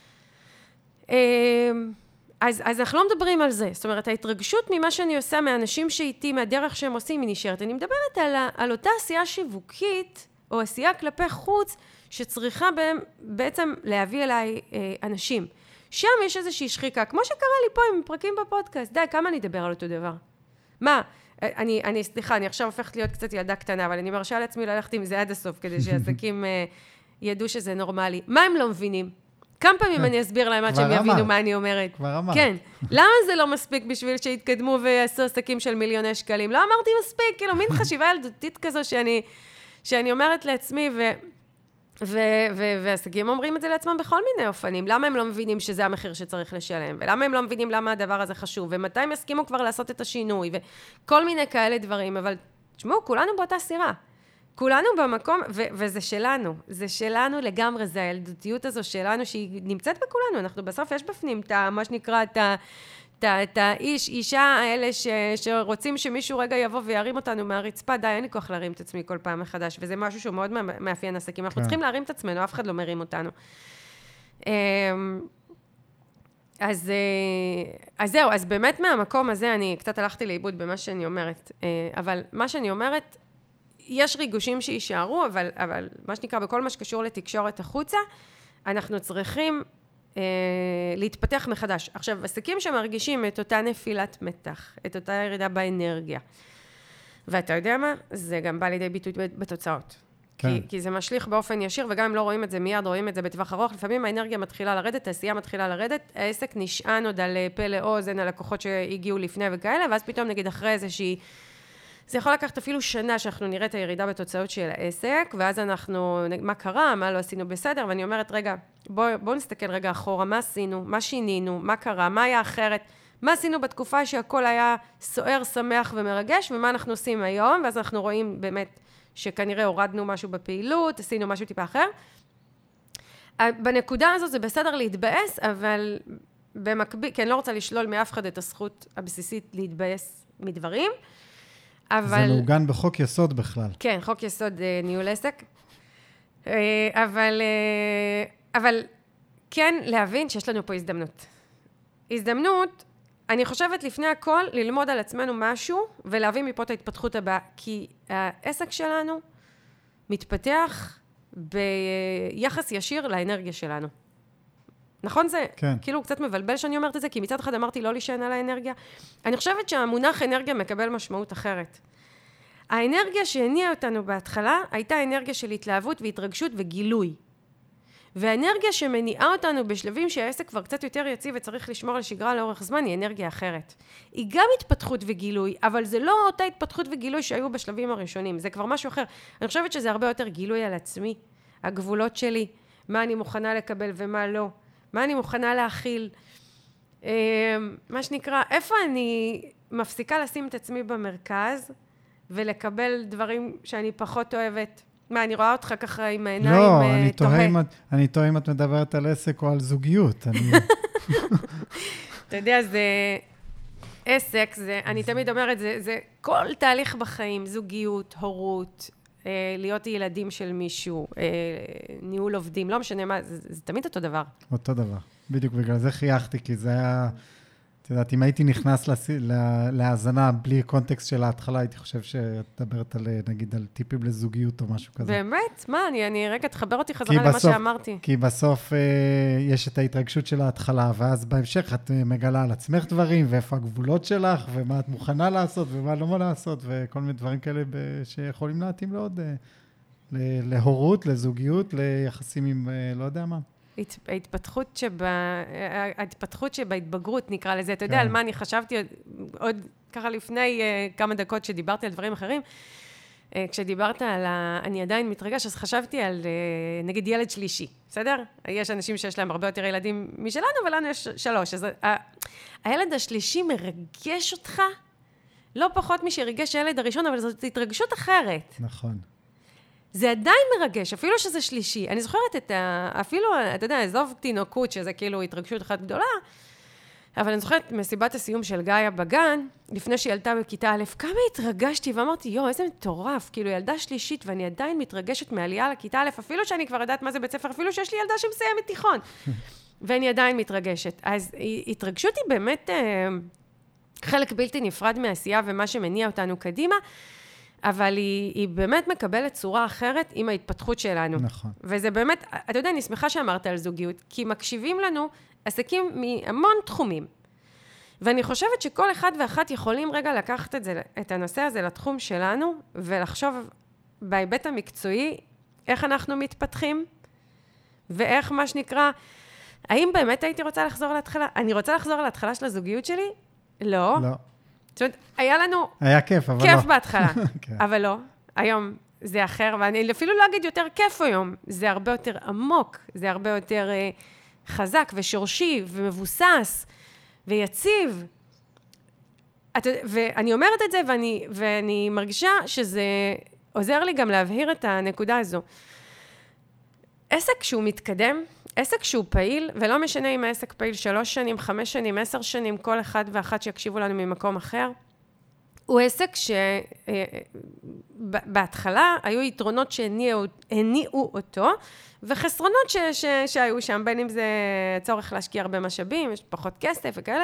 אז, אז אנחנו לא מדברים על זה. זאת אומרת, ההתרגשות ממה שאני עושה מהאנשים שאיתי, מהדרך שהם עושים, היא נשארת. אני מדברת על, על אותה עשייה שיווקית, או עשייה כלפי חוץ, שצריכה בהם בעצם להביא אליי אה, אנשים. שם יש איזושהי שחיקה, כמו שקרה לי פה עם פרקים בפודקאסט. די, כמה אני אדבר על אותו דבר? מה? אני, אני, סליחה, אני עכשיו הופכת להיות קצת ילדה קטנה, אבל אני מרשה לעצמי ללכת עם זה עד הסוף, כדי שעסקים אה, ידעו שזה נורמלי. מה הם לא מבינים? כמה פעמים אני אסביר להם עד שהם יבינו מה אני אומרת? כבר אמרת. כן. למה זה לא מספיק בשביל שיתקדמו ויעשו עסקים של מיליוני שקלים? לא אמרתי מספיק, כאילו, מין חשיבה ילדותית כזו שאני, שאני אומרת לעצמי, ו... והעסקים אומרים את זה לעצמם בכל מיני אופנים. למה הם לא מבינים שזה המחיר שצריך לשלם? ולמה הם לא מבינים למה הדבר הזה חשוב? ומתי הם יסכימו כבר לעשות את השינוי? וכל מיני כאלה דברים. אבל תשמעו, כולנו באותה סירה. כולנו במקום, ו- וזה שלנו. זה שלנו לגמרי, זה הילדותיות הזו שלנו שהיא נמצאת בכולנו. אנחנו בסוף יש בפנים את מה שנקרא את ה... את האיש, אישה האלה ש, שרוצים שמישהו רגע יבוא וירים אותנו מהרצפה, די, אין לי כוח להרים את עצמי כל פעם מחדש, וזה משהו שהוא מאוד מאפיין עסקים. אנחנו צריכים להרים את עצמנו, אף אחד לא מרים אותנו. אז, אז זהו, אז באמת מהמקום הזה, אני קצת הלכתי לאיבוד במה שאני אומרת, אבל מה שאני אומרת, יש ריגושים שישארו, אבל, אבל מה שנקרא, בכל מה שקשור לתקשורת החוצה, אנחנו צריכים אה, להתפתח מחדש. עכשיו, עסקים שמרגישים את אותה נפילת מתח, את אותה ירידה באנרגיה, ואתה יודע מה? זה גם בא לידי ביטוי בתוצאות. כן. כי, כי זה משליך באופן ישיר, וגם אם לא רואים את זה מיד, רואים את זה בטווח ארוך, לפעמים האנרגיה מתחילה לרדת, העשייה מתחילה לרדת, העסק נשען עוד על פה לאוזן, על לקוחות שהגיעו לפני וכאלה, ואז פתאום נגיד אחרי איזושהי, זה יכול לקחת אפילו שנה שאנחנו נראה את הירידה בתוצאות של העסק, ואז אנחנו, מה קרה, מה לא עשינו בסדר, ואני אומרת, רגע, בואו בוא נסתכל רגע אחורה, מה עשינו, מה שינינו, מה קרה, מה היה אחרת, מה עשינו בתקופה שהכל היה סוער, שמח ומרגש, ומה אנחנו עושים היום, ואז אנחנו רואים באמת שכנראה הורדנו משהו בפעילות, עשינו משהו טיפה אחר. בנקודה הזו זה בסדר להתבאס, אבל במקביל, כי אני לא רוצה לשלול מאף אחד את הזכות הבסיסית להתבאס מדברים, אבל... זה מעוגן בחוק יסוד בכלל. כן, חוק יסוד ניהול עסק. אבל, אבל כן להבין שיש לנו פה הזדמנות. הזדמנות, אני חושבת לפני הכל ללמוד על עצמנו משהו ולהביא מפה את ההתפתחות הבאה, כי העסק שלנו מתפתח ביחס ישיר לאנרגיה שלנו. נכון זה? כן. כאילו קצת מבלבל שאני אומרת את זה, כי מצד אחד אמרתי לא להישען על האנרגיה. אני חושבת שהמונח אנרגיה מקבל משמעות אחרת. האנרגיה שהניעה אותנו בהתחלה הייתה אנרגיה של התלהבות והתרגשות וגילוי. והאנרגיה שמניעה אותנו בשלבים שהעסק כבר קצת יותר יציב וצריך לשמור על שגרה לאורך זמן היא אנרגיה אחרת. היא גם התפתחות וגילוי, אבל זה לא אותה התפתחות וגילוי שהיו בשלבים הראשונים, זה כבר משהו אחר. אני חושבת שזה הרבה יותר גילוי על עצמי, הגבולות שלי, מה אני מוכנה לקבל ומה לא, מה אני מוכנה להכיל, מה שנקרא, איפה אני מפסיקה לשים את עצמי במרכז ולקבל דברים שאני פחות אוהבת. מה, אני רואה אותך ככה עם העיניים לא, תוהה. אני תוהה אם, אני תוהה אם את מדברת על עסק או על זוגיות. אני... אתה יודע, זה עסק, זה, אני תמיד אומרת, זה, זה כל תהליך בחיים, זוגיות, הורות, אה, להיות ילדים של מישהו, אה, ניהול עובדים, לא משנה מה, זה, זה תמיד אותו דבר. אותו דבר. בדיוק בגלל זה חייכתי, כי זה היה... את יודעת, אם הייתי נכנס להאזנה בלי קונטקסט של ההתחלה, הייתי חושב שאת מדברת על, נגיד, על טיפים לזוגיות או משהו כזה. באמת? מה? אני, אני רגע תחבר אותי חזרה למה בסוף, שאמרתי. כי בסוף אה, יש את ההתרגשות של ההתחלה, ואז בהמשך את מגלה על עצמך דברים, ואיפה הגבולות שלך, ומה את מוכנה לעשות, ומה לא מה לעשות, וכל מיני דברים כאלה שיכולים להתאים לעוד, אה, להורות, לזוגיות, ליחסים עם, אה, לא יודע מה. ההתפתחות שבה, ההתפתחות שבהתבגרות נקרא לזה, אתה יודע על מה אני חשבתי עוד ככה לפני כמה דקות שדיברתי על דברים אחרים, כשדיברת על ה... אני עדיין מתרגש, אז חשבתי על נגיד ילד שלישי, בסדר? יש אנשים שיש להם הרבה יותר ילדים משלנו, ולנו יש שלוש, אז הילד השלישי מרגש אותך, לא פחות משריגש הילד הראשון, אבל זאת התרגשות אחרת. נכון. זה עדיין מרגש, אפילו שזה שלישי. אני זוכרת את ה... אפילו, אתה יודע, עזוב תינוקות, שזה כאילו התרגשות אחת גדולה, אבל אני זוכרת מסיבת הסיום של גאיה בגן, לפני שהיא ילדה בכיתה א', כמה התרגשתי, ואמרתי, יו, איזה מטורף, כאילו ילדה שלישית, ואני עדיין מתרגשת מעלייה לכיתה א', אפילו שאני כבר יודעת מה זה בית ספר, אפילו שיש לי ילדה שמסיימת תיכון, ואני עדיין מתרגשת. אז התרגשות היא באמת אה, חלק בלתי נפרד מהעשייה, ומה שמניע אותנו קדימה, אבל היא, היא באמת מקבלת צורה אחרת עם ההתפתחות שלנו. נכון. וזה באמת, אתה יודע, אני שמחה שאמרת על זוגיות, כי מקשיבים לנו עסקים מהמון תחומים. ואני חושבת שכל אחד ואחת יכולים רגע לקחת את זה, את הנושא הזה לתחום שלנו, ולחשוב בהיבט המקצועי, איך אנחנו מתפתחים, ואיך מה שנקרא, האם באמת הייתי רוצה לחזור להתחלה? אני רוצה לחזור להתחלה של הזוגיות שלי? לא. לא. זאת אומרת, היה לנו... היה כיף, אבל כיף לא. כיף בהתחלה, אבל לא. היום זה אחר, ואני אפילו לא אגיד יותר כיף היום. זה הרבה יותר עמוק, זה הרבה יותר uh, חזק ושורשי ומבוסס ויציב. את, ואני אומרת את זה, ואני, ואני מרגישה שזה עוזר לי גם להבהיר את הנקודה הזו. עסק שהוא מתקדם, עסק שהוא פעיל, ולא משנה אם העסק פעיל שלוש שנים, חמש שנים, עשר שנים, כל אחד ואחת שיקשיבו לנו ממקום אחר, הוא עסק שבהתחלה היו יתרונות שהניעו אותו, וחסרונות ש, ש, שהיו שם, בין אם זה צורך להשקיע הרבה משאבים, יש פחות כסף וכאלה,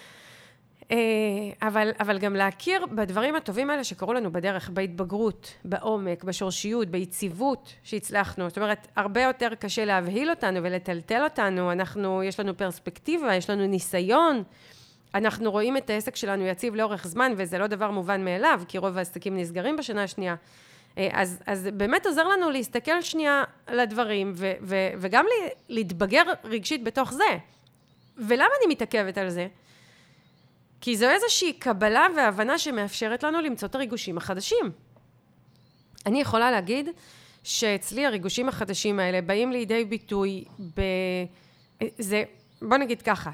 אבל, אבל גם להכיר בדברים הטובים האלה שקרו לנו בדרך, בהתבגרות, בעומק, בשורשיות, ביציבות שהצלחנו. זאת אומרת, הרבה יותר קשה להבהיל אותנו ולטלטל אותנו. אנחנו, יש לנו פרספקטיבה, יש לנו ניסיון. אנחנו רואים את העסק שלנו יציב לאורך זמן, וזה לא דבר מובן מאליו, כי רוב העסקים נסגרים בשנה השנייה. אז, אז באמת עוזר לנו להסתכל שנייה לדברים, ו, ו, וגם להתבגר רגשית בתוך זה. ולמה אני מתעכבת על זה? כי זו איזושהי קבלה והבנה שמאפשרת לנו למצוא את הריגושים החדשים. אני יכולה להגיד שאצלי הריגושים החדשים האלה באים לידי ביטוי ב... זה, בוא נגיד ככה,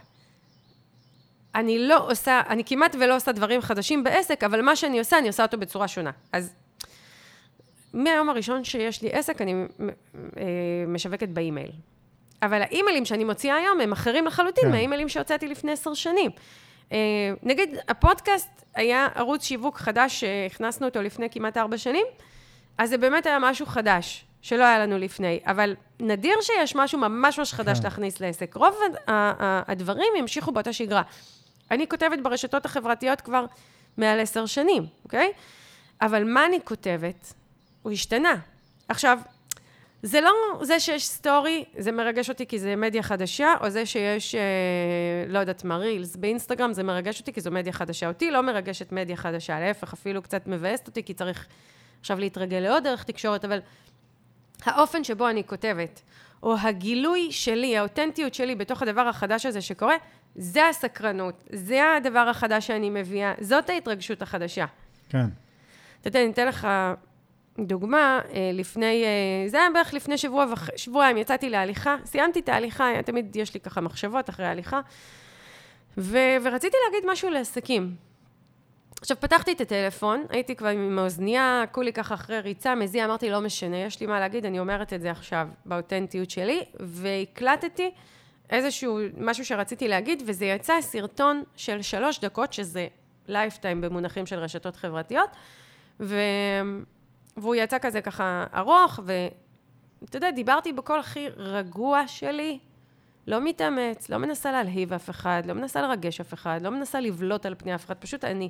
אני לא עושה, אני כמעט ולא עושה דברים חדשים בעסק, אבל מה שאני עושה, אני עושה אותו בצורה שונה. אז מהיום הראשון שיש לי עסק, אני משווקת באימייל. אבל האימיילים שאני מוציאה היום הם אחרים לחלוטין, מהאימיילים שהוצאתי לפני עשר שנים. נגיד, הפודקאסט היה ערוץ שיווק חדש שהכנסנו אותו לפני כמעט ארבע שנים, אז זה באמת היה משהו חדש, שלא היה לנו לפני, אבל נדיר שיש משהו ממש ממש חדש להכניס לעסק. רוב הדברים המשיכו באותה שגרה. אני כותבת ברשתות החברתיות כבר מעל עשר שנים, אוקיי? אבל מה אני כותבת? הוא השתנה. עכשיו, זה לא זה שיש סטורי, זה מרגש אותי כי זה מדיה חדשה, או זה שיש, אה, לא יודעת מה, רילס באינסטגרם, זה מרגש אותי כי זו מדיה חדשה. אותי לא מרגשת מדיה חדשה, להפך, אפילו קצת מבאסת אותי, כי צריך עכשיו להתרגל לעוד דרך תקשורת, אבל האופן שבו אני כותבת, או הגילוי שלי, האותנטיות שלי בתוך הדבר החדש הזה שקורה, זה הסקרנות, זה הדבר החדש שאני מביאה, זאת ההתרגשות החדשה. כן. אתה יודע, אני אתן לך דוגמה, לפני, זה היה בערך לפני שבוע ושבועיים, יצאתי להליכה, סיימתי את ההליכה, תמיד יש לי ככה מחשבות אחרי ההליכה, ו, ורציתי להגיד משהו לעסקים. עכשיו, פתחתי את הטלפון, הייתי כבר עם האוזנייה, כולי ככה אחרי ריצה, מזיע, אמרתי, לא משנה, יש לי מה להגיד, אני אומרת את זה עכשיו, באותנטיות שלי, והקלטתי איזשהו משהו שרציתי להגיד, וזה יצא סרטון של שלוש דקות, שזה לייפטיים במונחים של רשתות חברתיות, ו... והוא יצא כזה ככה ארוך, ואתה יודע, דיברתי בקול הכי רגוע שלי, לא מתאמץ, לא מנסה להלהיב אף אחד, לא מנסה לרגש אף אחד, לא מנסה לבלוט על פני אף אחד, פשוט אני.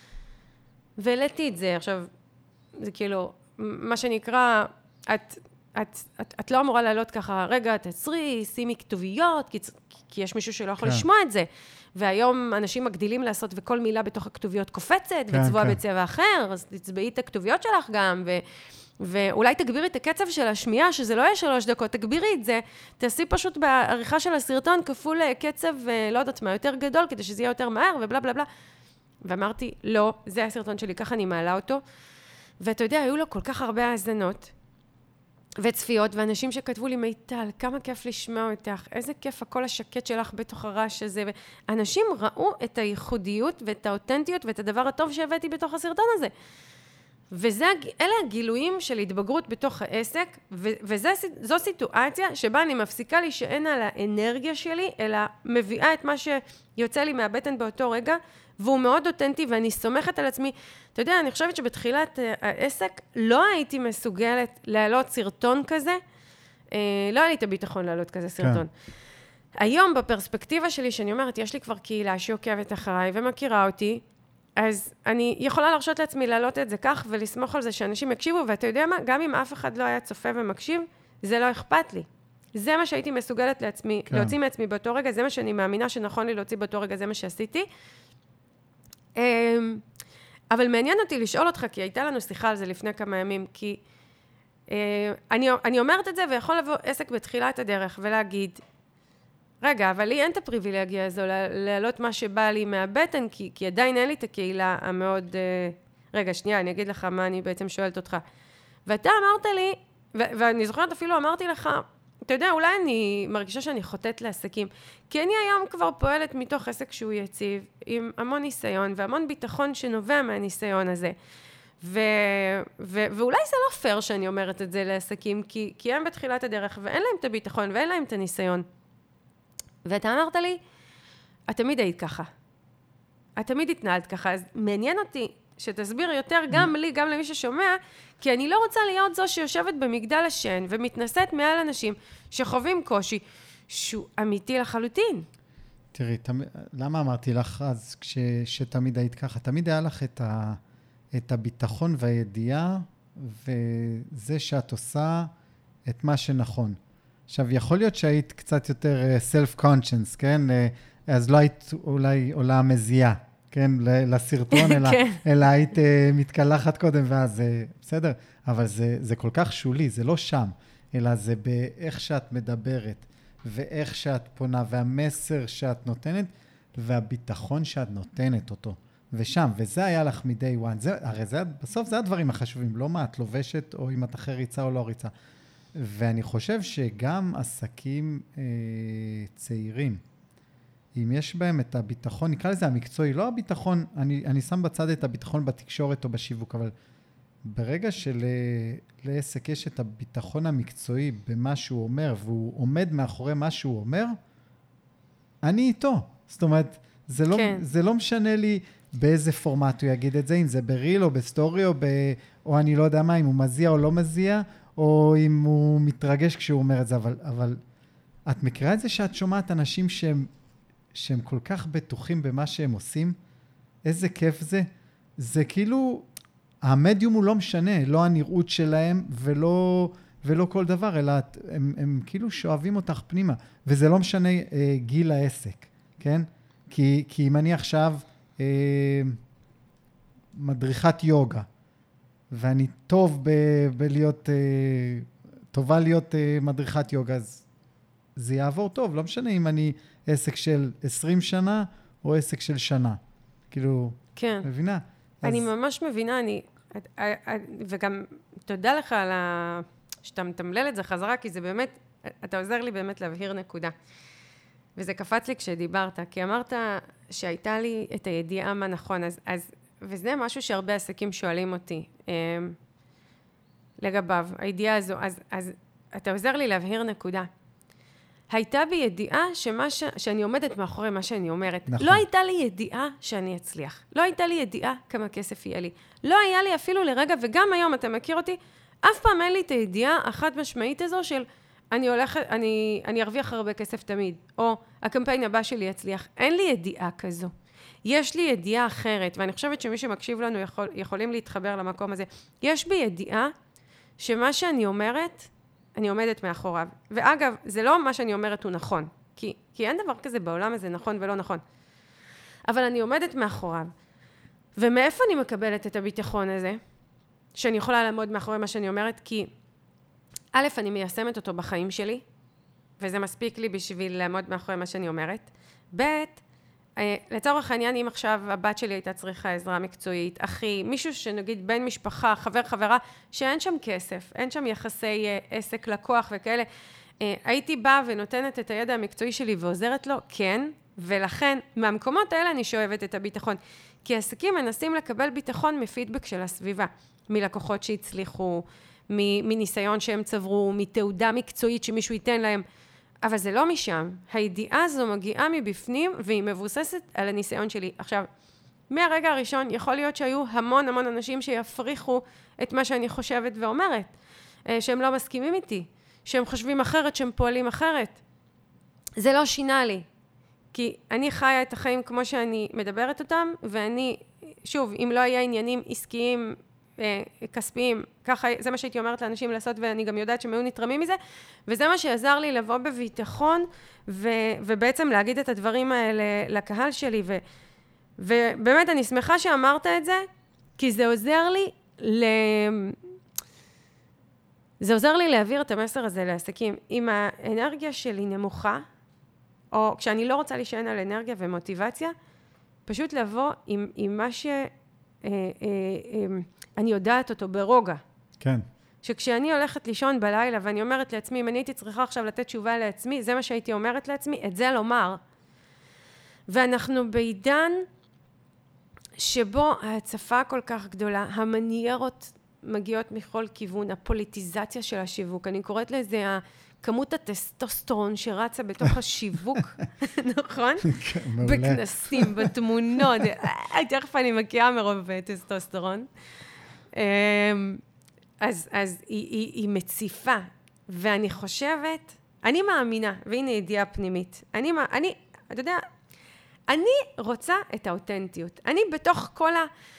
והעליתי את זה, עכשיו, זה כאילו, מה שנקרא, את, את, את, את לא אמורה לעלות ככה, רגע, תעצרי, שימי כתוביות, כי, כי יש מישהו שלא יכול כן. לשמוע את זה. והיום אנשים מגדילים לעשות, וכל מילה בתוך הכתוביות קופצת, כן, וצבוע כן. בצבע אחר, אז תצבעי את הכתוביות שלך גם, ו, ואולי תגבירי את הקצב של השמיעה, שזה לא יהיה שלוש דקות, תגבירי את זה, תעשי פשוט בעריכה של הסרטון, כפול קצב, לא יודעת מה, יותר גדול, כדי שזה יהיה יותר מהר, ובלה בלה בלה. ואמרתי, לא, זה הסרטון שלי, ככה אני מעלה אותו. ואתה יודע, היו לו כל כך הרבה האזנות וצפיות, ואנשים שכתבו לי, מיטל, כמה כיף לשמוע אותך, איזה כיף הקול השקט שלך בתוך הרעש הזה. ואנשים ראו את הייחודיות ואת האותנטיות ואת הדבר הטוב שהבאתי בתוך הסרטון הזה. ואלה הגילויים של התבגרות בתוך העסק, וזו סיטואציה שבה אני מפסיקה להישען על האנרגיה שלי, אלא מביאה את מה שיוצא לי מהבטן באותו רגע, והוא מאוד אותנטי, ואני סומכת על עצמי. אתה יודע, אני חושבת שבתחילת העסק לא הייתי מסוגלת להעלות סרטון כזה, לא היה לי את הביטחון להעלות כזה סרטון. היום בפרספקטיבה שלי, שאני אומרת, יש לי כבר קהילה שעוקבת אחריי ומכירה אותי, אז אני יכולה להרשות לעצמי להעלות את זה כך, ולסמוך על זה שאנשים יקשיבו, ואתה יודע מה? גם אם אף אחד לא היה צופה ומקשיב, זה לא אכפת לי. זה מה שהייתי מסוגלת לעצמי, כן. להוציא מעצמי באותו רגע, זה מה שאני מאמינה שנכון לי להוציא באותו רגע, זה מה שעשיתי. אבל מעניין אותי לשאול אותך, כי הייתה לנו שיחה על זה לפני כמה ימים, כי אני, אני אומרת את זה, ויכול לבוא עסק בתחילת הדרך ולהגיד, רגע, אבל לי אין את הפריבילגיה הזו, להעלות מה שבא לי מהבטן, כי, כי עדיין אין לי את הקהילה המאוד... רגע, שנייה, אני אגיד לך מה אני בעצם שואלת אותך. ואתה אמרת לי, ו- ואני זוכרת אפילו אמרתי לך, אתה יודע, אולי אני מרגישה שאני חוטאת לעסקים, כי אני היום כבר פועלת מתוך עסק שהוא יציב, עם המון ניסיון והמון ביטחון שנובע מהניסיון הזה. ו, ו, ואולי זה לא פייר שאני אומרת את זה לעסקים, כי, כי הם בתחילת הדרך, ואין להם את הביטחון, ואין להם את הניסיון. ואתה אמרת לי, את תמיד היית ככה. את תמיד התנהלת ככה, אז מעניין אותי שתסביר יותר גם לי, גם למי ששומע, כי אני לא רוצה להיות זו שיושבת במגדל השן, ומתנשאת מעל אנשים שחווים קושי, שהוא אמיתי לחלוטין. תראי, תמ... למה אמרתי לך אז כש... שתמיד היית ככה? תמיד היה לך את, ה... את הביטחון והידיעה, וזה שאת עושה את מה שנכון. עכשיו, יכול להיות שהיית קצת יותר self-conscious, כן? אז לא היית אולי עולה מזיעה, כן? לסרטון, אלא, אלא היית מתקלחת קודם, ואז בסדר. אבל זה, זה כל כך שולי, זה לא שם, אלא זה באיך שאת מדברת, ואיך שאת פונה, והמסר שאת נותנת, והביטחון שאת נותנת אותו. ושם, וזה היה לך מ-day one. זה, הרי זה, בסוף זה הדברים החשובים, לא מה את לובשת, או אם את אחרי ריצה או לא ריצה. ואני חושב שגם עסקים אה, צעירים, אם יש בהם את הביטחון, נקרא לזה המקצועי, לא הביטחון, אני, אני שם בצד את הביטחון בתקשורת או בשיווק, אבל ברגע שלעסק יש את הביטחון המקצועי במה שהוא אומר, והוא עומד מאחורי מה שהוא אומר, אני איתו. זאת אומרת, זה לא, כן. זה לא משנה לי באיזה פורמט הוא יגיד את זה, אם זה בריל או בסטורי, או, ב, או אני לא יודע מה, אם הוא מזיע או לא מזיע, או אם הוא מתרגש כשהוא אומר את זה, אבל, אבל את מכירה את זה שאת שומעת אנשים שהם, שהם כל כך בטוחים במה שהם עושים? איזה כיף זה? זה כאילו, המדיום הוא לא משנה, לא הנראות שלהם ולא, ולא כל דבר, אלא הם, הם כאילו שואבים אותך פנימה, וזה לא משנה אה, גיל העסק, כן? כי, כי אם אני עכשיו אה, מדריכת יוגה, ואני טוב ב- בלהיות, אה, טובה להיות אה, מדריכת יוגה, אז זה יעבור טוב, לא משנה אם אני עסק של עשרים שנה, או עסק של שנה. כאילו, כן. מבינה? אני אז... ממש מבינה, אני, וגם תודה לך על ה... שאתה מתמלל את זה חזרה, כי זה באמת, אתה עוזר לי באמת להבהיר נקודה. וזה קפץ לי כשדיברת, כי אמרת שהייתה לי את הידיעה מה נכון, אז, אז, וזה משהו שהרבה עסקים שואלים אותי לגביו, הידיעה הזו, אז, אז אתה עוזר לי להבהיר נקודה. הייתה בי ידיעה שמה ש... שאני עומדת מאחורי מה שאני אומרת. נכון. לא הייתה לי ידיעה שאני אצליח. לא הייתה לי ידיעה כמה כסף יהיה לי. לא היה לי אפילו לרגע, וגם היום אתה מכיר אותי, אף פעם אין לי את הידיעה החד משמעית הזו של אני הולכת, אני, אני ארוויח הרבה כסף תמיד, או הקמפיין הבא שלי יצליח. אין לי ידיעה כזו. יש לי ידיעה אחרת, ואני חושבת שמי שמקשיב לנו יכול, יכולים להתחבר למקום הזה. יש בי ידיעה שמה שאני אומרת, אני עומדת מאחוריו. ואגב, זה לא מה שאני אומרת הוא נכון, כי, כי אין דבר כזה בעולם הזה נכון ולא נכון. אבל אני עומדת מאחוריו. ומאיפה אני מקבלת את הביטחון הזה? שאני יכולה לעמוד מאחורי מה שאני אומרת, כי א', אני מיישמת אותו בחיים שלי, וזה מספיק לי בשביל לעמוד מאחורי מה שאני אומרת. ב', לצורך העניין, אם עכשיו הבת שלי הייתה צריכה עזרה מקצועית, אחי, מישהו שנגיד בן משפחה, חבר, חברה, שאין שם כסף, אין שם יחסי עסק, לקוח וכאלה, הייתי באה ונותנת את הידע המקצועי שלי ועוזרת לו, כן, ולכן מהמקומות האלה אני שואבת את הביטחון, כי עסקים מנסים לקבל ביטחון מפידבק של הסביבה, מלקוחות שהצליחו, מניסיון שהם צברו, מתעודה מקצועית שמישהו ייתן להם, אבל זה לא משם. הידיעה הזו מגיעה מבפנים, והיא מבוססת על הניסיון שלי. עכשיו, מהרגע הראשון יכול להיות שהיו המון המון אנשים שיפריחו את מה שאני חושבת ואומרת, שהם לא מסכימים איתי, שהם חושבים אחרת, שהם פועלים אחרת. זה לא שינה לי, כי אני חיה את החיים כמו שאני מדברת אותם, ואני, שוב, אם לא היה עניינים עסקיים, כספיים, ככה, זה מה שהייתי אומרת לאנשים לעשות, ואני גם יודעת שהם היו נתרמים מזה, וזה מה שעזר לי לבוא בביטחון, ו, ובעצם להגיד את הדברים האלה לקהל שלי, ו, ובאמת אני שמחה שאמרת את זה, כי זה עוזר לי, ל... זה עוזר לי להעביר את המסר הזה לעסקים. אם האנרגיה שלי נמוכה, או כשאני לא רוצה להישען על אנרגיה ומוטיבציה, פשוט לבוא עם, עם מה ש... אני יודעת אותו ברוגע. כן. שכשאני הולכת לישון בלילה, ואני אומרת לעצמי, אם אני הייתי צריכה עכשיו לתת תשובה לעצמי, זה מה שהייתי אומרת לעצמי, את זה לומר. ואנחנו בעידן שבו ההצפה כל כך גדולה, המניירות מגיעות מכל כיוון, הפוליטיזציה של השיווק, אני קוראת לזה כמות הטסטוסטרון שרצה בתוך השיווק, נכון? בכנסים, בתמונות, תכף אני מקיאה מרוב טסטוסטרון. אז, אז היא, היא, היא מציפה, ואני חושבת, אני מאמינה, והנה ידיעה פנימית, אני, אני, אתה יודע, אני רוצה את האותנטיות. אני בתוך כל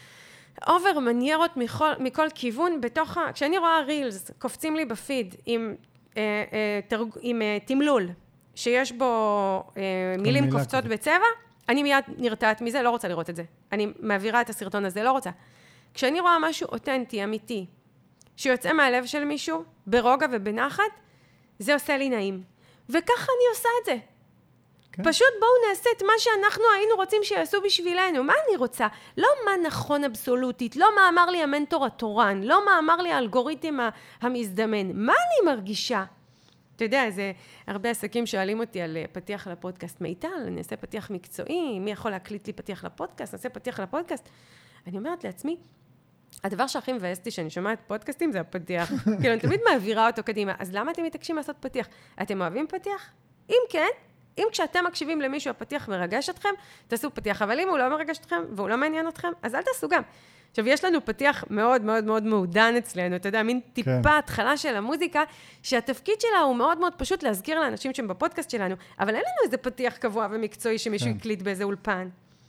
האובר מניירות מכל, מכל כיוון, בתוך ה... כשאני רואה רילס, קופצים לי בפיד עם, אה, אה, תרג, עם אה, תמלול, שיש בו אה, מילים קופצות כזה. בצבע, אני מיד נרתעת מזה, לא רוצה לראות את זה. אני מעבירה את הסרטון הזה, לא רוצה. כשאני רואה משהו אותנטי, אמיתי, שיוצא מהלב של מישהו, ברוגע ובנחת, זה עושה לי נעים. וככה אני עושה את זה. כן. פשוט בואו נעשה את מה שאנחנו היינו רוצים שיעשו בשבילנו. מה אני רוצה? לא מה נכון אבסולוטית, לא מה אמר לי המנטור התורן, לא מה אמר לי האלגוריתם המזדמן. מה אני מרגישה? אתה יודע, זה הרבה עסקים שואלים אותי על פתיח לפודקאסט מיטל, אני אעשה פתיח מקצועי, מי יכול להקליט לי פתיח לפודקאסט, נעשה פתיח לפודקאסט. אני אומרת לעצמי, הדבר שהכי מבאסתי שאני שומעת פודקאסטים זה הפתיח. כאילו, אני תמיד מעבירה אותו קדימה. אז למה אתם מתעקשים לעשות פתיח? אתם אוהבים פתיח? אם כן, אם כשאתם מקשיבים למישהו הפתיח מרגש אתכם, תעשו פתיח. אבל אם הוא לא מרגש אתכם והוא לא מעניין אתכם, אז אל תעשו גם. עכשיו, יש לנו פתיח מאוד מאוד מאוד מעודן אצלנו, אתה יודע, מין טיפה התחלה של המוזיקה, שהתפקיד שלה הוא מאוד מאוד פשוט להזכיר לאנשים שהם בפודקאסט שלנו, אבל אין לנו איזה פתיח קבוע ומקצועי שמישהו יקליט באיזה אולפן.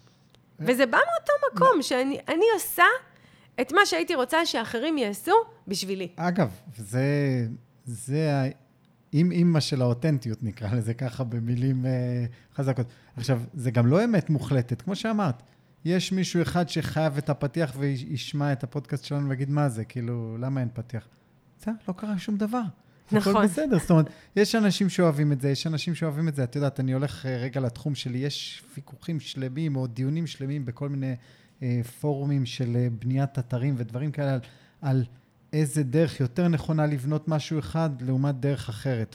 וזה בא מאותו מקום שאני אני עושה את מה שהייתי רוצה שאחרים יעשו בשבילי. אגב, זה, זה האמא של האותנטיות, נקרא לזה ככה במילים אה, חזקות. עכשיו, זה גם לא אמת מוחלטת, כמו שאמרת. יש מישהו אחד שחייב את הפתיח וישמע את הפודקאסט שלנו ויגיד מה זה, כאילו, למה אין פתיח? זה לא קרה שום דבר. נכון. הכל בסדר, זאת אומרת, יש אנשים שאוהבים את זה, יש אנשים שאוהבים את זה. את יודעת, אני הולך רגע לתחום שלי, יש ויכוחים שלמים או דיונים שלמים בכל מיני פורומים של בניית אתרים ודברים כאלה, על, על איזה דרך יותר נכונה לבנות משהו אחד לעומת דרך אחרת.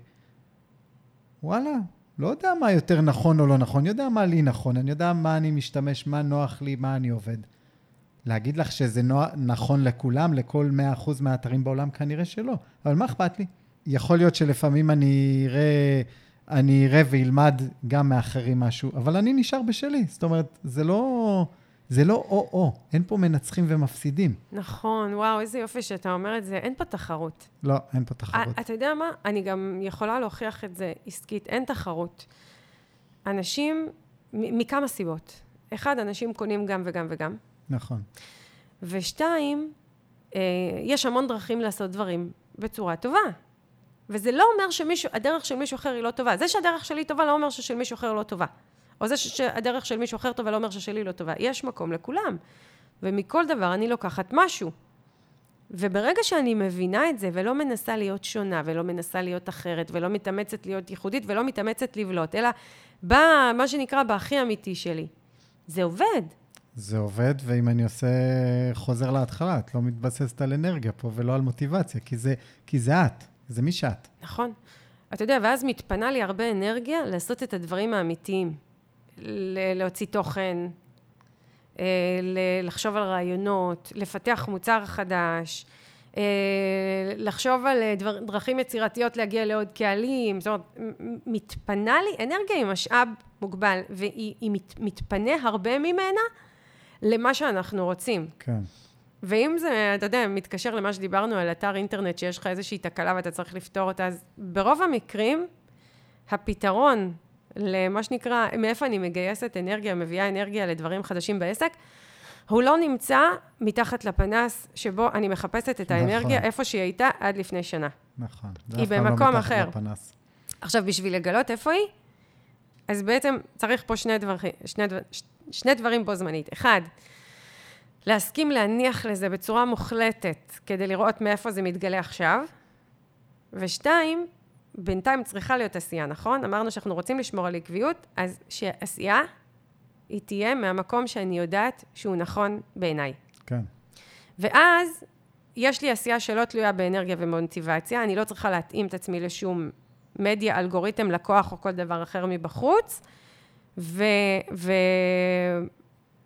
ווואלה, לא יודע מה יותר נכון או לא נכון, אני יודע מה לי נכון, אני יודע מה אני משתמש, מה נוח לי, מה אני עובד. להגיד לך שזה נוע, נכון לכולם, לכל מאה אחוז מהאתרים בעולם, כנראה שלא. אבל מה אכפת לי? יכול להיות שלפעמים אני אראה, אני אראה וילמד גם מאחרים משהו, אבל אני נשאר בשלי. זאת אומרת, זה לא... זה לא או-או, אין פה מנצחים ומפסידים. נכון, וואו, איזה יופי שאתה אומר את זה, אין פה תחרות. לא, אין פה תחרות. אתה יודע מה? אני גם יכולה להוכיח את זה עסקית, אין תחרות. אנשים, מכמה סיבות. אחד, אנשים קונים גם וגם וגם. נכון. ושתיים, יש המון דרכים לעשות דברים בצורה טובה. וזה לא אומר שמישהו, הדרך של מישהו אחר היא לא טובה. זה שהדרך שלי טובה לא אומר ששל מישהו אחר לא טובה. או זה שהדרך של מישהו אחר טובה לא אומר ששלי לא טובה. יש מקום לכולם. ומכל דבר אני לוקחת משהו. וברגע שאני מבינה את זה, ולא מנסה להיות שונה, ולא מנסה להיות אחרת, ולא מתאמצת להיות ייחודית, ולא מתאמצת לבלוט, אלא בא, מה שנקרא, בהכי אמיתי שלי. זה עובד. זה עובד, ואם אני עושה חוזר להתחלה, את לא מתבססת על אנרגיה פה, ולא על מוטיבציה, כי זה, כי זה את, זה מי שאת. נכון. אתה יודע, ואז מתפנה לי הרבה אנרגיה לעשות את הדברים האמיתיים. להוציא תוכן, לחשוב על רעיונות, לפתח מוצר חדש, לחשוב על דרכים יצירתיות להגיע לעוד קהלים. זאת אומרת, מתפנה לי, אנרגיה היא משאב מוגבל, והיא מתפנה הרבה ממנה למה שאנחנו רוצים. כן. ואם זה, אתה יודע, מתקשר למה שדיברנו על אתר אינטרנט, שיש לך איזושהי תקלה ואתה צריך לפתור אותה, אז ברוב המקרים, הפתרון למה שנקרא, מאיפה אני מגייסת אנרגיה, מביאה אנרגיה לדברים חדשים בעסק, הוא לא נמצא מתחת לפנס שבו אני מחפשת את האנרגיה, נכון. איפה שהיא הייתה עד לפני שנה. נכון. היא במקום לא אחר. לפנס. עכשיו, בשביל לגלות איפה היא, אז בעצם צריך פה שני דברים, שני, דבר, שני דברים בו זמנית. אחד, להסכים להניח לזה בצורה מוחלטת, כדי לראות מאיפה זה מתגלה עכשיו. ושתיים, בינתיים צריכה להיות עשייה, נכון? אמרנו שאנחנו רוצים לשמור על עקביות, אז שעשייה היא תהיה מהמקום שאני יודעת שהוא נכון בעיניי. כן. ואז יש לי עשייה שלא תלויה באנרגיה ומוטיבציה, אני לא צריכה להתאים את עצמי לשום מדיה, אלגוריתם, לקוח או כל דבר אחר מבחוץ, ו... ו...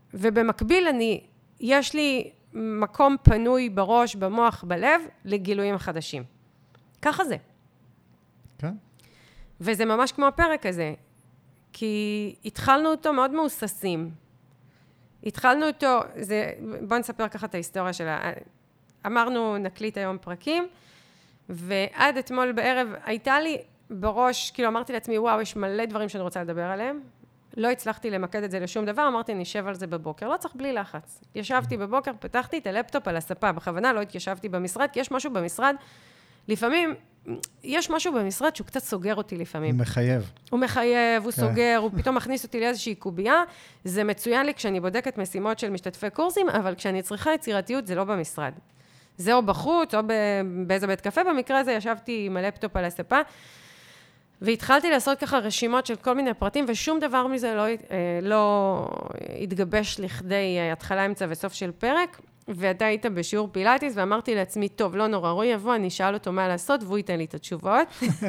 ובמקביל אני, יש לי מקום פנוי בראש, במוח, בלב, לגילויים חדשים. ככה זה. כן. וזה ממש כמו הפרק הזה, כי התחלנו אותו מאוד מאוססים. התחלנו אותו, זה, בוא נספר ככה את ההיסטוריה שלה. אמרנו, נקליט היום פרקים, ועד אתמול בערב הייתה לי בראש, כאילו אמרתי לעצמי, וואו, יש מלא דברים שאני רוצה לדבר עליהם. לא הצלחתי למקד את זה לשום דבר, אמרתי, נשב על זה בבוקר. לא צריך בלי לחץ. ישבתי בבוקר, פתחתי את הלפטופ על הספה, בכוונה לא התיישבתי במשרד, כי יש משהו במשרד, לפעמים, יש משהו במשרד שהוא קצת סוגר אותי לפעמים. הוא מחייב. הוא מחייב, הוא סוגר, הוא פתאום מכניס אותי לאיזושהי קובייה. זה מצוין לי כשאני בודקת משימות של משתתפי קורסים, אבל כשאני צריכה יצירתיות, זה לא במשרד. זה או בחוץ, או באיזה בית קפה. במקרה הזה ישבתי עם הלפטופ על הספה, והתחלתי לעשות ככה רשימות של כל מיני פרטים, ושום דבר מזה לא, לא התגבש לכדי התחלה, אמצע וסוף של פרק, ואתה היית בשיעור פילאטיס, ואמרתי לעצמי, טוב, לא נורא, רואי יבוא, אני אשאל אותו מה לעשות, והוא ייתן לי את התשובות.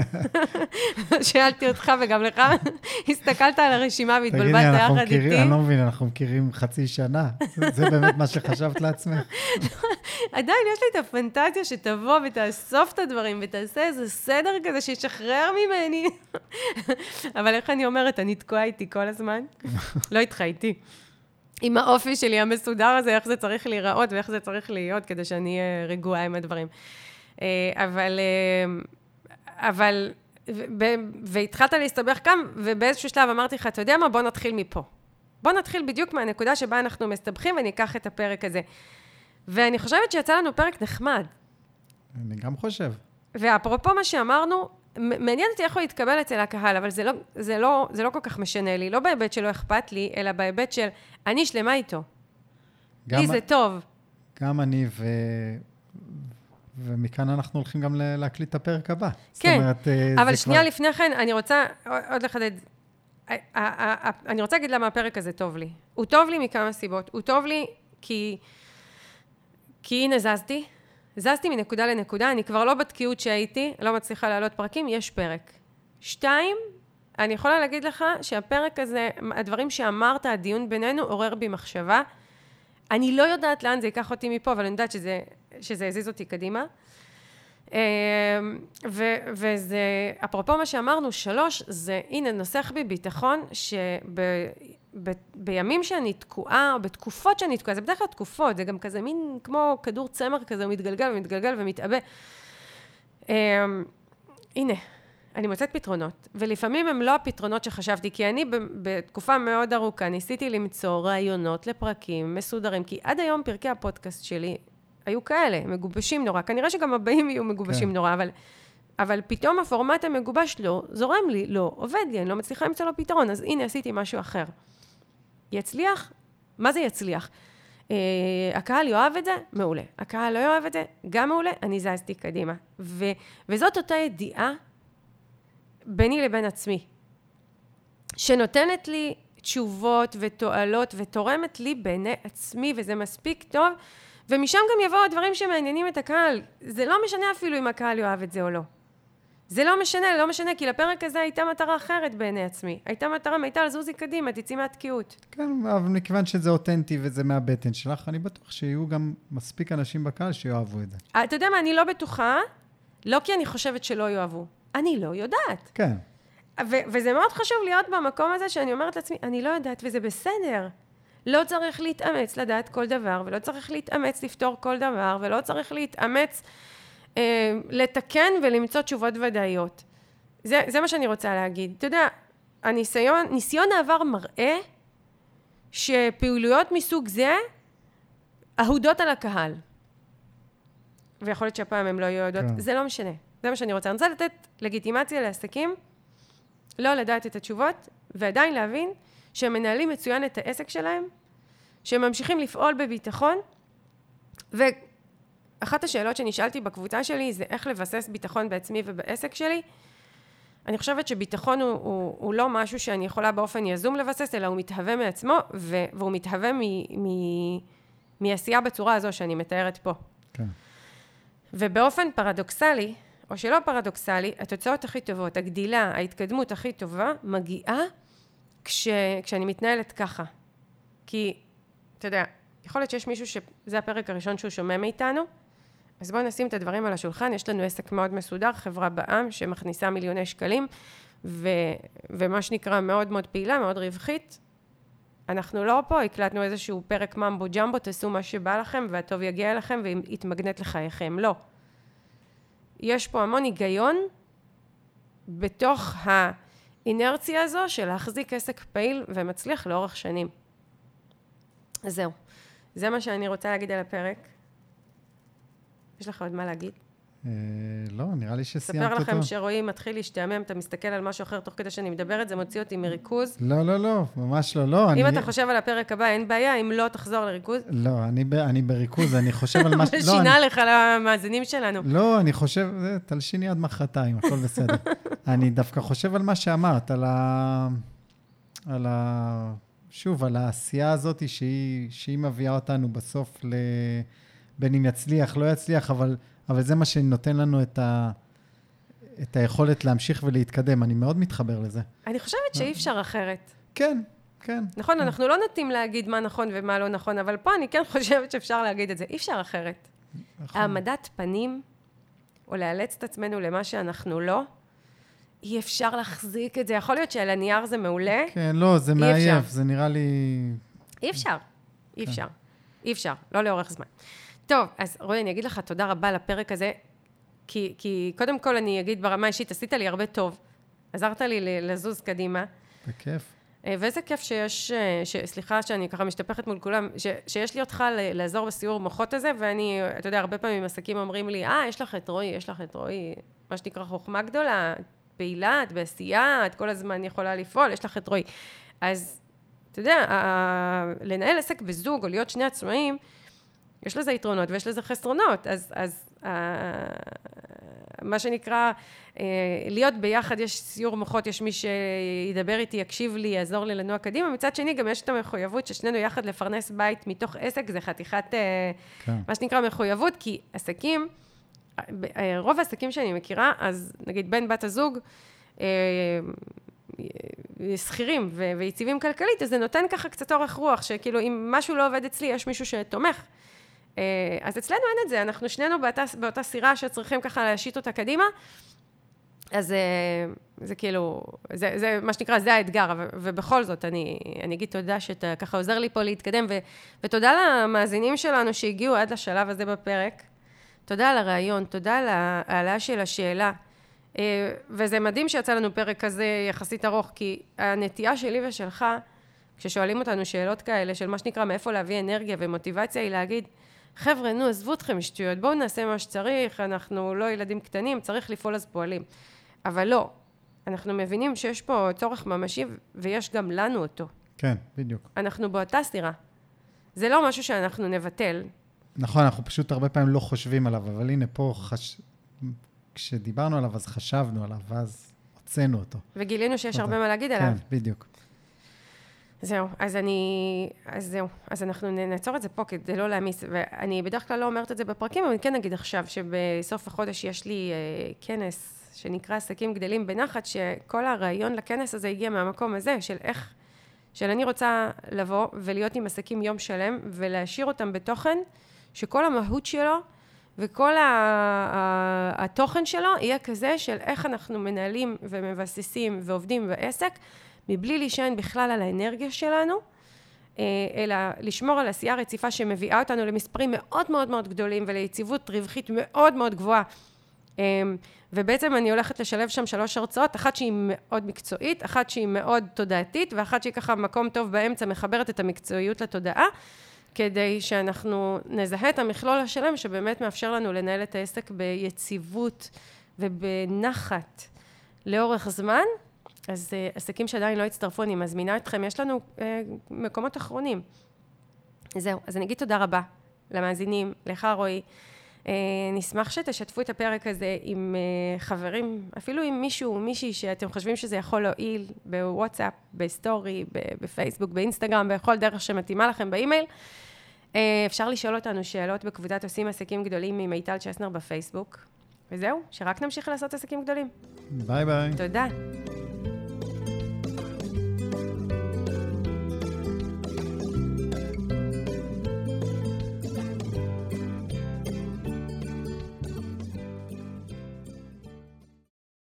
שאלתי אותך וגם לך, הסתכלת על הרשימה והתבלבלת יחד איתי. אני לא מבין, אנחנו מכירים חצי שנה. זה באמת מה שחשבת לעצמך. עדיין יש לי את הפנטזיה שתבוא ותאסוף את הדברים, ותעשה איזה סדר כזה שישחרר ממני. אבל איך אני אומרת, אני תקועה איתי כל הזמן? לא איתך איתי. עם האופי שלי המסודר הזה, איך זה צריך להיראות ואיך זה צריך להיות, כדי שאני אהיה רגועה עם הדברים. אבל, אבל, והתחלת להסתבך כאן, ובאיזשהו שלב אמרתי לך, אתה יודע מה? בוא נתחיל מפה. בוא נתחיל בדיוק מהנקודה שבה אנחנו מסתבכים, וניקח את הפרק הזה. ואני חושבת שיצא לנו פרק נחמד. אני גם חושב. ואפרופו מה שאמרנו, מעניין אותי איך הוא יתקבל אצל הקהל, אבל זה לא, זה לא, זה לא כל כך משנה לי, לא בהיבט שלא אכפת לי, אלא בהיבט של אני שלמה איתו. לי זה טוב. גם אני, ו... ומכאן אנחנו הולכים גם להקליט את הפרק הבא. כן, אומרת, אבל שנייה כבר... לפני כן, אני רוצה עוד לחדד, אני רוצה להגיד למה הפרק הזה טוב לי. הוא טוב לי מכמה סיבות. הוא טוב לי כי, כי הנה זזתי, זזתי מנקודה לנקודה, אני כבר לא בתקיעות שהייתי, לא מצליחה לעלות פרקים, יש פרק. שתיים, אני יכולה להגיד לך שהפרק הזה, הדברים שאמרת, הדיון בינינו, עורר בי מחשבה. אני לא יודעת לאן זה ייקח אותי מפה, אבל אני יודעת שזה, שזה הזיז אותי קדימה. ו, וזה, אפרופו מה שאמרנו, שלוש, זה, הנה, נוסח בי ביטחון, שבימים שאני תקועה, או בתקופות שאני תקועה, זה בדרך כלל תקופות, זה גם כזה מין כמו כדור צמר כזה, הוא מתגלגל ומתגלגל ומתאבא. הנה, אני מוצאת פתרונות, ולפעמים הם לא הפתרונות שחשבתי, כי אני בתקופה מאוד ארוכה ניסיתי למצוא רעיונות לפרקים מסודרים, כי עד היום פרקי הפודקאסט שלי היו כאלה, מגובשים נורא, כנראה שגם הבאים יהיו מגובשים כן. נורא, אבל, אבל פתאום הפורמט המגובש לא, זורם לי, לא, עובד לי, אני לא מצליחה למצוא לו פתרון, אז הנה עשיתי משהו אחר. יצליח? מה זה יצליח? אה, הקהל יאהב את זה? מעולה. הקהל לא יאהב את זה? גם מעולה, אני זזתי קדימה. ו, וזאת אותה ידיעה, ביני לבין עצמי, שנותנת לי תשובות ותועלות ותורמת לי בעיני עצמי, וזה מספיק טוב, ומשם גם יבואו הדברים שמעניינים את הקהל. זה לא משנה אפילו אם הקהל יאהב את זה או לא. זה לא משנה, לא משנה, כי לפרק הזה הייתה מטרה אחרת בעיני עצמי. הייתה מטרה, הייתה לזוזי קדימה, תצאי מהתקיעות. כן, אבל מכיוון שזה אותנטי וזה מהבטן שלך, אני בטוח שיהיו גם מספיק אנשים בקהל שיאהבו את זה. אתה יודע מה, אני לא בטוחה, לא כי אני חושבת שלא יאהבו. אני לא יודעת. כן. ו- וזה מאוד חשוב להיות במקום הזה שאני אומרת לעצמי, אני לא יודעת, וזה בסדר. לא צריך להתאמץ לדעת כל דבר, ולא צריך להתאמץ לפתור כל דבר, ולא צריך להתאמץ אה, לתקן ולמצוא תשובות ודאיות. זה, זה מה שאני רוצה להגיד. אתה יודע, הניסיון, ניסיון העבר מראה שפעילויות מסוג זה אהודות על הקהל. ויכול להיות שהפעם הם לא יהיו אהודות. כן. זה לא משנה. זה מה שאני רוצה. אני רוצה לתת לגיטימציה לעסקים, לא לדעת את התשובות, ועדיין להבין שהם מנהלים מצוין את העסק שלהם, שהם ממשיכים לפעול בביטחון, ואחת השאלות שנשאלתי בקבוצה שלי זה איך לבסס ביטחון בעצמי ובעסק שלי. אני חושבת שביטחון הוא, הוא, הוא לא משהו שאני יכולה באופן יזום לבסס, אלא הוא מתהווה מעצמו, והוא מתהווה מ, מ, מעשייה בצורה הזו שאני מתארת פה. כן. ובאופן פרדוקסלי, או שלא פרדוקסלי, התוצאות הכי טובות, הגדילה, ההתקדמות הכי טובה, מגיעה כש, כשאני מתנהלת ככה. כי אתה יודע, יכול להיות שיש מישהו שזה הפרק הראשון שהוא שומע מאיתנו, אז בואו נשים את הדברים על השולחן, יש לנו עסק מאוד מסודר, חברה בעם שמכניסה מיליוני שקלים, ו, ומה שנקרא מאוד מאוד פעילה, מאוד רווחית. אנחנו לא פה, הקלטנו איזשהו פרק ממבו ג'מבו, תעשו מה שבא לכם, והטוב יגיע אליכם, ויתמגנט לחייכם. לא. יש פה המון היגיון, בתוך האינרציה הזו, של להחזיק עסק פעיל ומצליח לאורך שנים. אז זהו. זה מה שאני רוצה להגיד על הפרק. יש לך עוד מה להגיד? לא, נראה לי שסיימת אותו. ספר לכם שרועי מתחיל להשתעמם, אתה מסתכל על משהו אחר תוך כדי שאני מדברת, זה מוציא אותי מריכוז. לא, לא, לא, ממש לא, לא. אם אתה חושב על הפרק הבא, אין בעיה, אם לא, תחזור לריכוז. לא, אני בריכוז, אני חושב על משהו... שינה לך למאזינים שלנו. לא, אני חושב, תלשיני עד מחרתיים, הכל בסדר. אני דווקא חושב על מה שאמרת, על ה... על ה... שוב, על העשייה הזאת שהיא מביאה אותנו בסוף ל... בין אם יצליח, לא יצליח, אבל... אבל זה מה שנותן לנו את, ה, את היכולת להמשיך ולהתקדם. אני מאוד מתחבר לזה. אני חושבת שאי אפשר אחרת. כן, כן. נכון, כן. אנחנו לא נוטים להגיד מה נכון ומה לא נכון, אבל פה אני כן חושבת שאפשר להגיד את זה. אי אפשר אחרת. נכון. העמדת פנים, או לאלץ את עצמנו למה שאנחנו לא, אי אפשר להחזיק את זה. יכול להיות שעל הנייר זה מעולה. כן, לא, זה מעייף, זה נראה לי... אי אפשר, אי אפשר. אי אפשר, לא לאורך זמן. טוב, אז רועי, אני אגיד לך תודה רבה לפרק הזה, כי, כי קודם כל אני אגיד ברמה אישית, עשית לי הרבה טוב, עזרת לי לזוז קדימה. בכיף. ואיזה כיף שיש, ש, סליחה שאני ככה משתפכת מול כולם, ש, שיש לי אותך לעזור בסיור מוחות הזה, ואני, אתה יודע, הרבה פעמים עסקים אומרים לי, אה, יש לך את רועי, יש לך את רועי, מה שנקרא חוכמה גדולה, את פעילה, את בעשייה, את כל הזמן יכולה לפעול, יש לך את רועי. אז, אתה יודע, לנהל עסק בזוג או להיות שני עצמאים, יש לזה יתרונות ויש לזה חסרונות, אז, אז אה, מה שנקרא, אה, להיות ביחד, יש סיור מוחות, יש מי שידבר איתי, יקשיב לי, יעזור לי לנוע קדימה, מצד שני גם יש את המחויבות ששנינו יחד לפרנס בית מתוך עסק, זה חתיכת, אה, כן. מה שנקרא מחויבות, כי עסקים, אה, רוב העסקים שאני מכירה, אז נגיד בן בת הזוג, אה, שכירים ו- ויציבים כלכלית, אז זה נותן ככה קצת אורך רוח, שכאילו אם משהו לא עובד אצלי, יש מישהו שתומך. אז אצלנו אין את זה, אנחנו שנינו באותה, באותה סירה שצריכים ככה להשית אותה קדימה, אז זה כאילו, זה, זה מה שנקרא, זה האתגר, ובכל זאת אני, אני אגיד תודה שאתה ככה עוזר לי פה להתקדם, ו, ותודה למאזינים שלנו שהגיעו עד לשלב הזה בפרק, תודה על הרעיון, תודה על העלה של השאלה, וזה מדהים שיצא לנו פרק כזה יחסית ארוך, כי הנטייה שלי ושלך, כששואלים אותנו שאלות כאלה, של מה שנקרא מאיפה להביא אנרגיה ומוטיבציה, היא להגיד, חבר'ה, נו, עזבו אתכם שטויות, בואו נעשה מה שצריך, אנחנו לא ילדים קטנים, צריך לפעול אז פועלים. אבל לא, אנחנו מבינים שיש פה צורך ממשי, ויש גם לנו אותו. כן, בדיוק. אנחנו באותה סירה. זה לא משהו שאנחנו נבטל. נכון, אנחנו פשוט הרבה פעמים לא חושבים עליו, אבל הנה פה, חש... כשדיברנו עליו, אז חשבנו עליו, ואז הוצאנו אותו. וגילינו שיש הרבה מה להגיד עליו. כן, בדיוק. זהו, אז אני, אז זהו, אז אנחנו נעצור את זה פה כדי לא להמיס, ואני בדרך כלל לא אומרת את זה בפרקים, אבל אני כן אגיד עכשיו שבסוף החודש יש לי אה, כנס שנקרא עסקים גדלים בנחת, שכל הרעיון לכנס הזה הגיע מהמקום הזה, של איך, של אני רוצה לבוא ולהיות עם עסקים יום שלם, ולהשאיר אותם בתוכן, שכל המהות שלו, וכל ה- ה- התוכן שלו יהיה כזה של איך אנחנו מנהלים ומבססים ועובדים בעסק, מבלי להישען בכלל על האנרגיה שלנו, אלא לשמור על עשייה רציפה שמביאה אותנו למספרים מאוד מאוד מאוד גדולים, וליציבות רווחית מאוד מאוד גבוהה. ובעצם אני הולכת לשלב שם שלוש הרצאות, אחת שהיא מאוד מקצועית, אחת שהיא מאוד תודעתית, ואחת שהיא ככה מקום טוב באמצע, מחברת את המקצועיות לתודעה, כדי שאנחנו נזהה את המכלול השלם, שבאמת מאפשר לנו לנהל את העסק ביציבות ובנחת לאורך זמן. אז עסקים שעדיין לא הצטרפו, אני מזמינה אתכם, יש לנו אה, מקומות אחרונים. זהו, אז אני אגיד תודה רבה למאזינים, לך רועי. אה, נשמח שתשתפו את הפרק הזה עם אה, חברים, אפילו עם מישהו או מישהי שאתם חושבים שזה יכול להועיל בוואטסאפ, בסטורי, בפייסבוק, באינסטגרם, בכל דרך שמתאימה לכם באימייל. אה, אפשר לשאול אותנו שאלות בקבוצת עושים עסקים גדולים ממיטל צ'סנר בפייסבוק. וזהו, שרק נמשיך לעשות עסקים גדולים. ביי ביי. תודה.